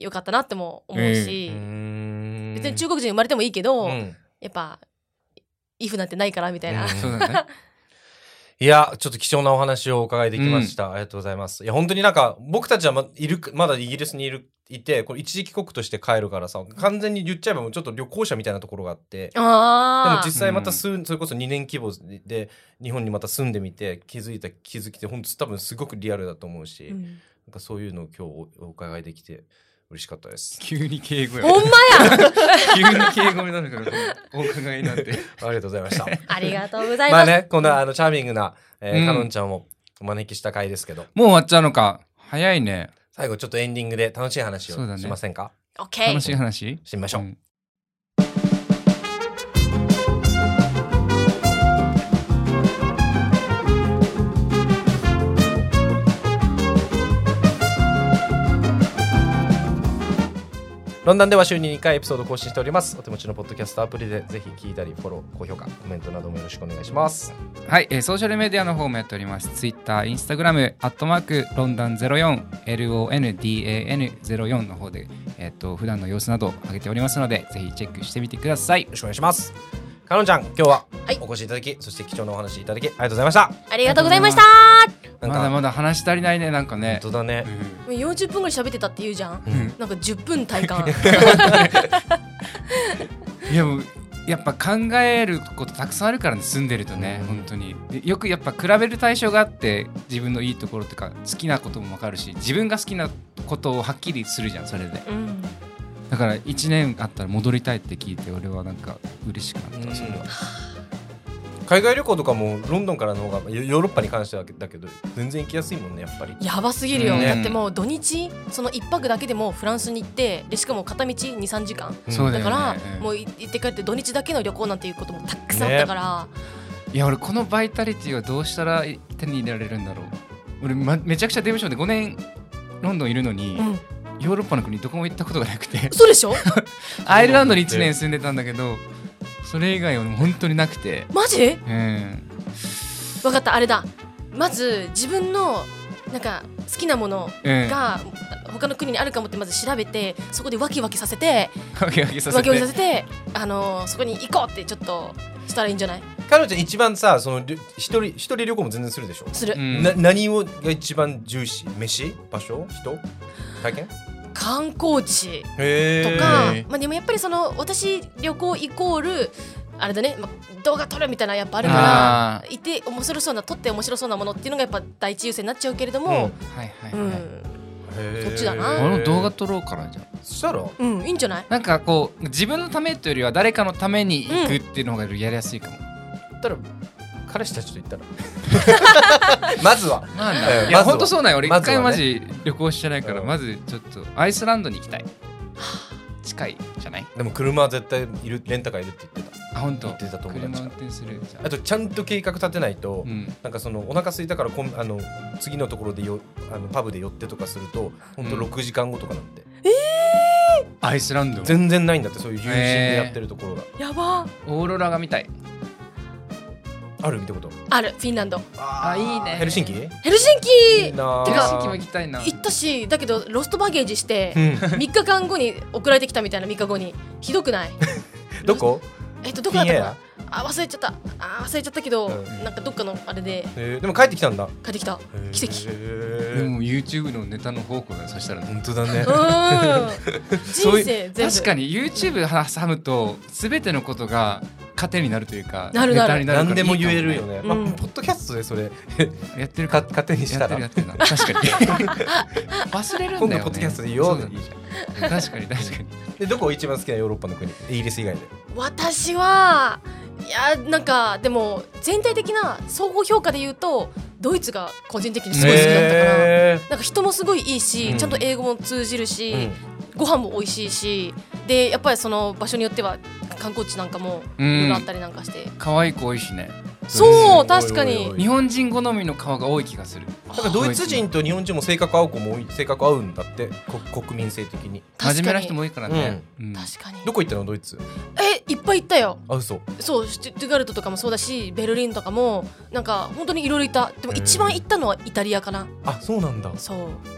よかったなっても思うし、 うーん別に中国人生まれてもいいけど、 うんやっぱイフなんてないからみたいな、 うんそうだね。 いやちょっと貴重なお話をお伺いできました、うん、ありがとうございます。いや本当になんか僕たちは ま, いるまだイギリスにいるいてこれ一時帰国として帰るからさ完全に言っちゃえばもうちょっと旅行者みたいなところがあってあでも実際また住、うん、それこそにねん規模で日本にまた住んでみて気づいた気づきて本当多分すごくリアルだと思うし、うん、なんかそういうのを今日お伺いできて嬉しかったです。 急に敬語や。 ほんまや急に敬語になるからお伺いになってありがとうございました。 ありがとうございます。 まあねこんなあのチャーミングな、えーうん、かのんちゃんをお招きした回ですけどもう終わっちゃうのか早いね。 最後ちょっとエンディングで楽しい話をしませんか。 オッケー。 楽しい話しましょう、うんロンダンでは週ににかいエピソード更新しております。お手持ちのポッドキャストアプリでぜひ聞いたりフォロー、高評価、コメントなどもよろしくお願いします。 はい、えー、ソーシャルメディアの方もやっております。Twitter、Instagram、アットマークロンダンゼロよん、エルオーエヌディーエーエヌゼロよん の方で、えー、と普段の様子などを上げておりますのでぜひチェックしてみてください。 よろしくお願いします。かのんちゃん今日はお越しいただき、はい、そして貴重なお話いただきありがとうございました。 ありがとうございました。 まだまだ話足りないねなんかね。 本当だね、 うん、よんじゅっぷんぐらい喋ってたって言うじゃん、うん、なんかじゅっぷん体感いやもうやっぱ考えることたくさんあるからね住んでるとね、うん、本当によくやっぱ比べる対象があって自分のいいところとか好きなことも分かるし自分が好きなことをはっきりするじゃんそれで、うん、だからいちねんあったら戻りたいって聞いて俺はなんか嬉しくなった、うん、それは海外旅行とかもロンドンからの方がヨーロッパに関してはだけど全然行きやすいもんねやっぱり。 やばすぎるよ、うん、だってもう土日そのいっぱくだけでもフランスに行ってでしかも片道 にさんじかん、うん、だから、うん、もう行って帰って土日だけの旅行なんていうこともたくさんあったから、ね、 いや俺このバイタリティはどうしたら手に入れられるんだろう。俺、ま、めちゃくちゃデブ症でごねんロンドンいるのに、うん、ヨーロッパの国どこも行ったことがなくてそうでしょアイルランドにいちねん住んでたんだけどそれ以外は本当になくて。 マジ？ うん。 分かった、あれだ。まず自分のなんか好きなものが他の国にあるかもってまず調べてそこでワキワキさせてワキワキさせてワキワキさせてあのー、そこに行こうってちょっとしたらいいんじゃない？ 彼女一番さその一人一人旅行も全然するでしょ？ する、うん、 な何をが一番重視？飯？場所？人？体験？ 観光地とか、まあ、でもやっぱりその私旅行イコールあれだね、まあ、動画撮るみたいなやっぱあるからいて面白そうな撮って面白そうなものっていうのがやっぱ第一優先になっちゃうけれども、うん、はいはいはい、 うん、そっちだな。 この動画撮ろうかなじゃあ。 そしたらうんいいんじゃない？なんかこう自分のためというよりは誰かのために行くっていうのがやりやすいかも。 うん、たら彼氏たちと行ったらまずはなんだ、いや本当そうなんよ。俺一回マジ旅行してないから、まずちょっとアイスランドに行きたい。近いじゃない？ でも車は絶対いる、レンタカーいるって言ってた。 あ、本当。 言ってた友達が。 車運転する。 あとちゃんと計画立てないと、うん、なんかそのお腹空いたからこんあの次のところでよあのパブで寄ってとかすると本当ろくじかんごとかなんて、 うん、えー、アイスランド全然ないんだって。そういう友人でやってるところが、 えー、やば。 オーロラが見たい。 ある見たことある。フィンランド。 ああいいね。 ヘルシンキ？ ヘルシンキいいな。ヘルシンキも行きたいな。 行ったし、だけどロストバゲージしてみっかかんごに送られてきたみたいな。みっかごにひどくない？ どこ？ えっとどこだったかな。あ忘れちゃった。あ忘れちゃったけど、うん、なんかどっかのあれで。 えー、でも帰ってきたんだ。 帰ってきた。奇跡。 でも YouTube のネタの方向だよ。そしたら、ね、 本当だね。 うん人生全部。 確かに YouTube 挟むとすべてのことが糧になるというか、 なるなる。 何でも言えるよね。うん、まあポッドキャストでそれやってるか糧にしたら。 やってるやってるな。確かに。忘れるんだよね。 今度ポッドキャストで言おうでいいじゃん。確かに確かに。 でどこ一番好きなヨーロッパの国？イギリス以外で。 私はいやなんかでも全体的な総合評価で言うとドイツが個人的にすごい好きだったから、なんか人もすごいいいし、うん、ちゃんと英語も通じるし、うん、ご飯も美味しいし、でやっぱりその場所によっては観光地なんかもいろいろあったりなんかして、 可愛い子多いしね。 そう確かに日本人好みの顔が多い気がする。 だからドイツ人と日本人も性格合う子も多い。性格合うんだって国民性的に。 真面目な人も多いからね、 うんうん、確かに。 どこ行ったのドイツ？ えいっぱい行ったよ。 あ嘘。 そうシュトゥットガルトとかもそうだしベルリンとかもなんか本当にいろいろ行った。でも一番行ったのはイタリアかな。 あそうなんだ。 そう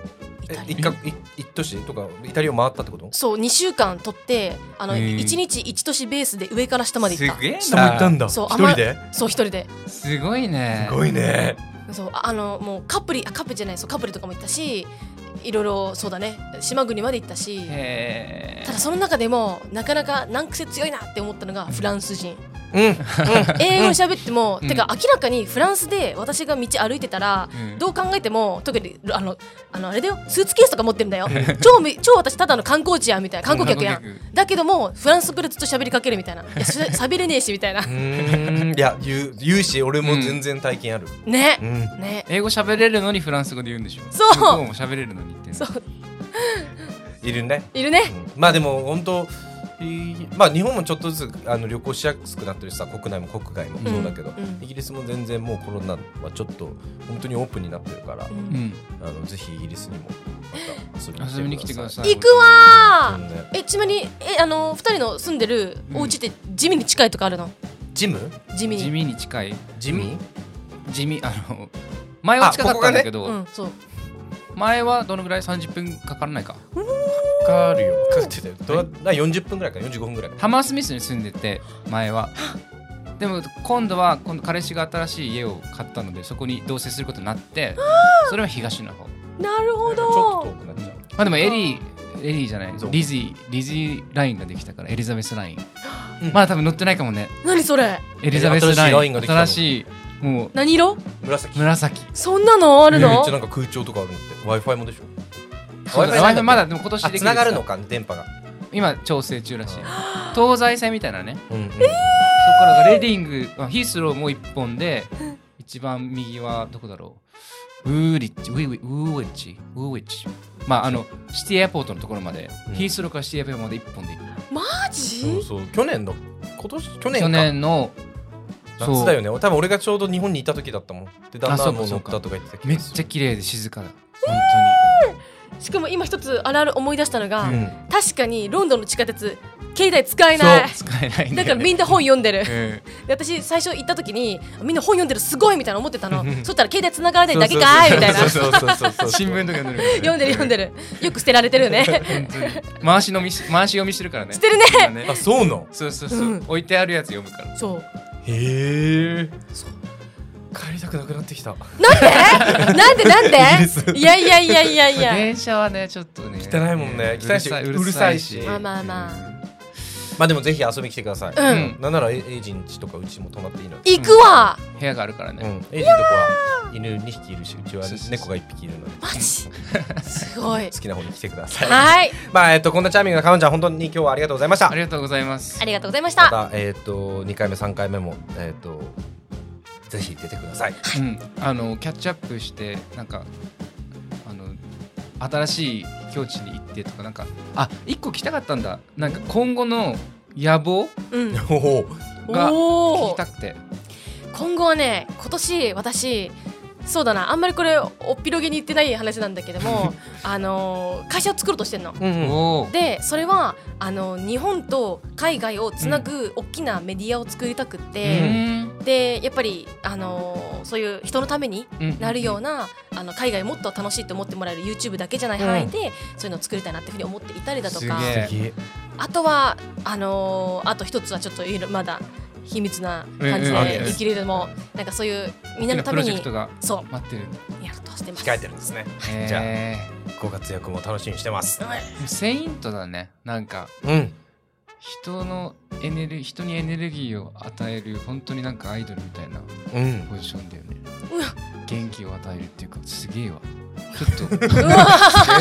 イタリアえ一かい一都市とかイタリアを回ったってこと？ そうにしゅうかん取ってあのへーいちにちいち都市ベースで上から下まで行ったすげえ下も行ったんだ。 そう一人で？ そう一人ですごいね。 すごいね。 そうあのもうカプリあカプリじゃないそうカプリとかも行ったしいろいろそうだね島国まで行ったしへただその中でもなかなか難癖強いなって思ったのがフランス人うん、うん、 英語喋っても、 うんてか明らかにフランスで私が道歩いてたら、 うんどう考えても特にあのあのあれだよスーツケースとか持ってるんだよ超み超私ただの観光地やんみたいな観光客やん、 観光だけどもフランス語でずっと喋りかけるみたいないやしゃべれねえしみたいなうーんいや言う言うし俺も全然体験ある。 ねうん。 ね英語喋れるのにフランス語で言うんでしょ。 そう向こうも喋れるのに言ってんの。 そういるね。 いるねうんまあでも本当。いいまあ日本もちょっとずつあの旅行しやすくなってるしさ国内も国外もそうだけど、 うんうんイギリスも全然もうコロナはちょっと本当にオープンになってるから、 うんうん。 あのぜひイギリスにもまた遊びに遊びに来てください。 行くわー、 うんねえちなみにえあのふたりの住んでるお家って地味に近いとかあるのジム地味に地味に近い。 地味地味あの前は近かったんだけど、 うんそう前はどのぐらいさんじゅっぷんかからないか。 かかるよかかってたよどうなよんじゅっぷんぐらいかよんじゅうごふんぐらいハマースミスに住んでて前は。でも今度は今度彼氏が新しい家を買ったのでそこに同棲することになってそれは東の方。 なるほちょっとど遠くなっちゃう。 まあでもエリーエリーじゃないデそうィズィディズィラインができたからエリザベスライン、 うんまだ多分乗ってないかもね。 何それエリザベスライン新しいラインができたの新しいもう何色紫紫。 そんなのあるのめっちゃなんか空調とかあるのって Wi-Fi もでしょ。 そうだ Wi-Fi まだでも今年できるあ繋がるのか電波が。 今調整中らしい。東西線みたいなね。 うんうんそこからがレディングあヒースローもう一本で一番右はどこだろうウーリッチウィウィウーウィッチウーウィッチまああのシティエアポートのところまで、 うんヒースローからシティエアポートまで一本で行く。 マジそうそう去年の今年去年か去年の夏だよね。多分俺がちょうど日本にいた時だったもん。でだんだんもう乗ったあそうかそうかとか言ってた気めっがするちゃ綺麗で静かだ本しかも今一つあるある思い出したのが、 うん確かにロンドンの地下鉄携帯使え当にないそう使えないんだよねだからみんな本読んでるうんで私最初行った時にみんな本読んでるすごいみたいな思ってたのうんそしたら携帯繋がらないだけかいみたいなそうそうそうそうそう新聞とか読んでる読んでる読んでるよく捨てられてるよね本当に回し飲みし回し読みしてるからねしてるね今ねあそうなんそうそうそう、 うん置いてあるやつ読むからそうへえ帰りたくなくなってきた。 なんでなんイギリスでいやいやいやいやいや電車はねちょっとね汚いもんね汚いしううるさいしまあまあまあまあでもぜひ遊びに来てください。 うんなんならエイジン家とかうちも泊まっていいので。 行くわ部屋があるからね、 うん。エイジンとこは犬にひきいるしうちはそうそうそう猫がいっぴきいるのでマジすごい好きな方に来てください。 はいまあえっとこんなチャーミングなカノンちゃん本当に今日はありがとうございましたあ。りがとうございますありがとうございましまたたえっとにかいめさんかいめもえっとぜひ出てください。 うん、あのキャッチアップしてなんかあの新しい境地に行ってとかなんかあ一個聞きたかったんだなんか今後の野望うんおお。 が聞おーきたくて今後はね今年私そうだなあんまりこれおっぴろげに言ってない話なんだけどもあのー会社を作ろうとしてんのうんうん。 おーでそれはあの日本と海外をつなぐ大きなメディアを作りたくって、でやっぱりあのーそういう人のためにうんなるような、あの海外もっと楽しいと思ってもらえる YouTube だけじゃない範囲で、そういうのを作りたいなっていうふうに思っていたりだとかすげえ素敵。 あとはあのーあと一つはちょっといろまだ秘密な感じうんうんで生きれるもなんかそういうみんなのためプロジェにクトがそ待ってるうやるとしてます。 控えてるんですね。じゃあへご活躍も楽しみにしてます。 ーセイントだねなんかうん。 人のエネルギー人にエネルギーを与える本当になんかアイドルみたいなうん。 ポジションだよねうわ元気を与えるっていうかすげえわちょっとうわ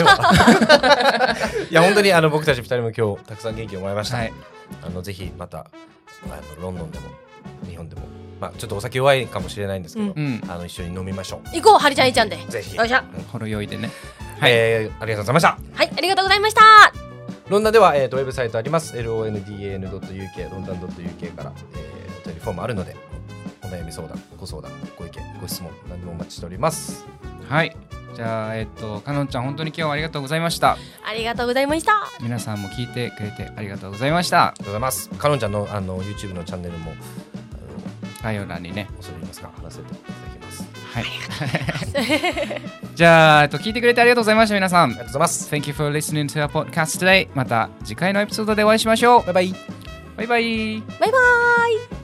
いや本当にあの僕たち二人も今日たくさん元気をもらいました。 はいあのぜひまたあのロンドンでも日本でもまあちょっとお酒弱いかもしれないんですけど、 うんうんあの一緒に飲みましょう。 行こうハリちゃんいちゃんで。 ぜひ。 よいしょほろ酔いでねえーありがとうございました。 はいありがとうございました。 ロンダンでは、えー、とウェブサイトあります ロンダン ドットユーケー ロンダン ドットユーケー から、えー、お便りフォームあるのでお悩み相談ご相談ご意見ご質問何でもお待ちしております。 はいじゃあえっとかのんちゃん本当に今日はありがとうございましたありがとうございました。 皆さんも聞いてくれてありがとうございましたありがとうございます。かのんちゃんのあの YouTube のチャンネルもあの概要欄にね恐れ入りますが話せていただきます。 はいじゃあ、えっと、聞いてくれてありがとうございました皆さん。 ありがとうございます。 Thank you for listening to our podcast today. また次回のエピソードでお会いしましょう。 バイバイ。 バイバイ。 バイバーイ。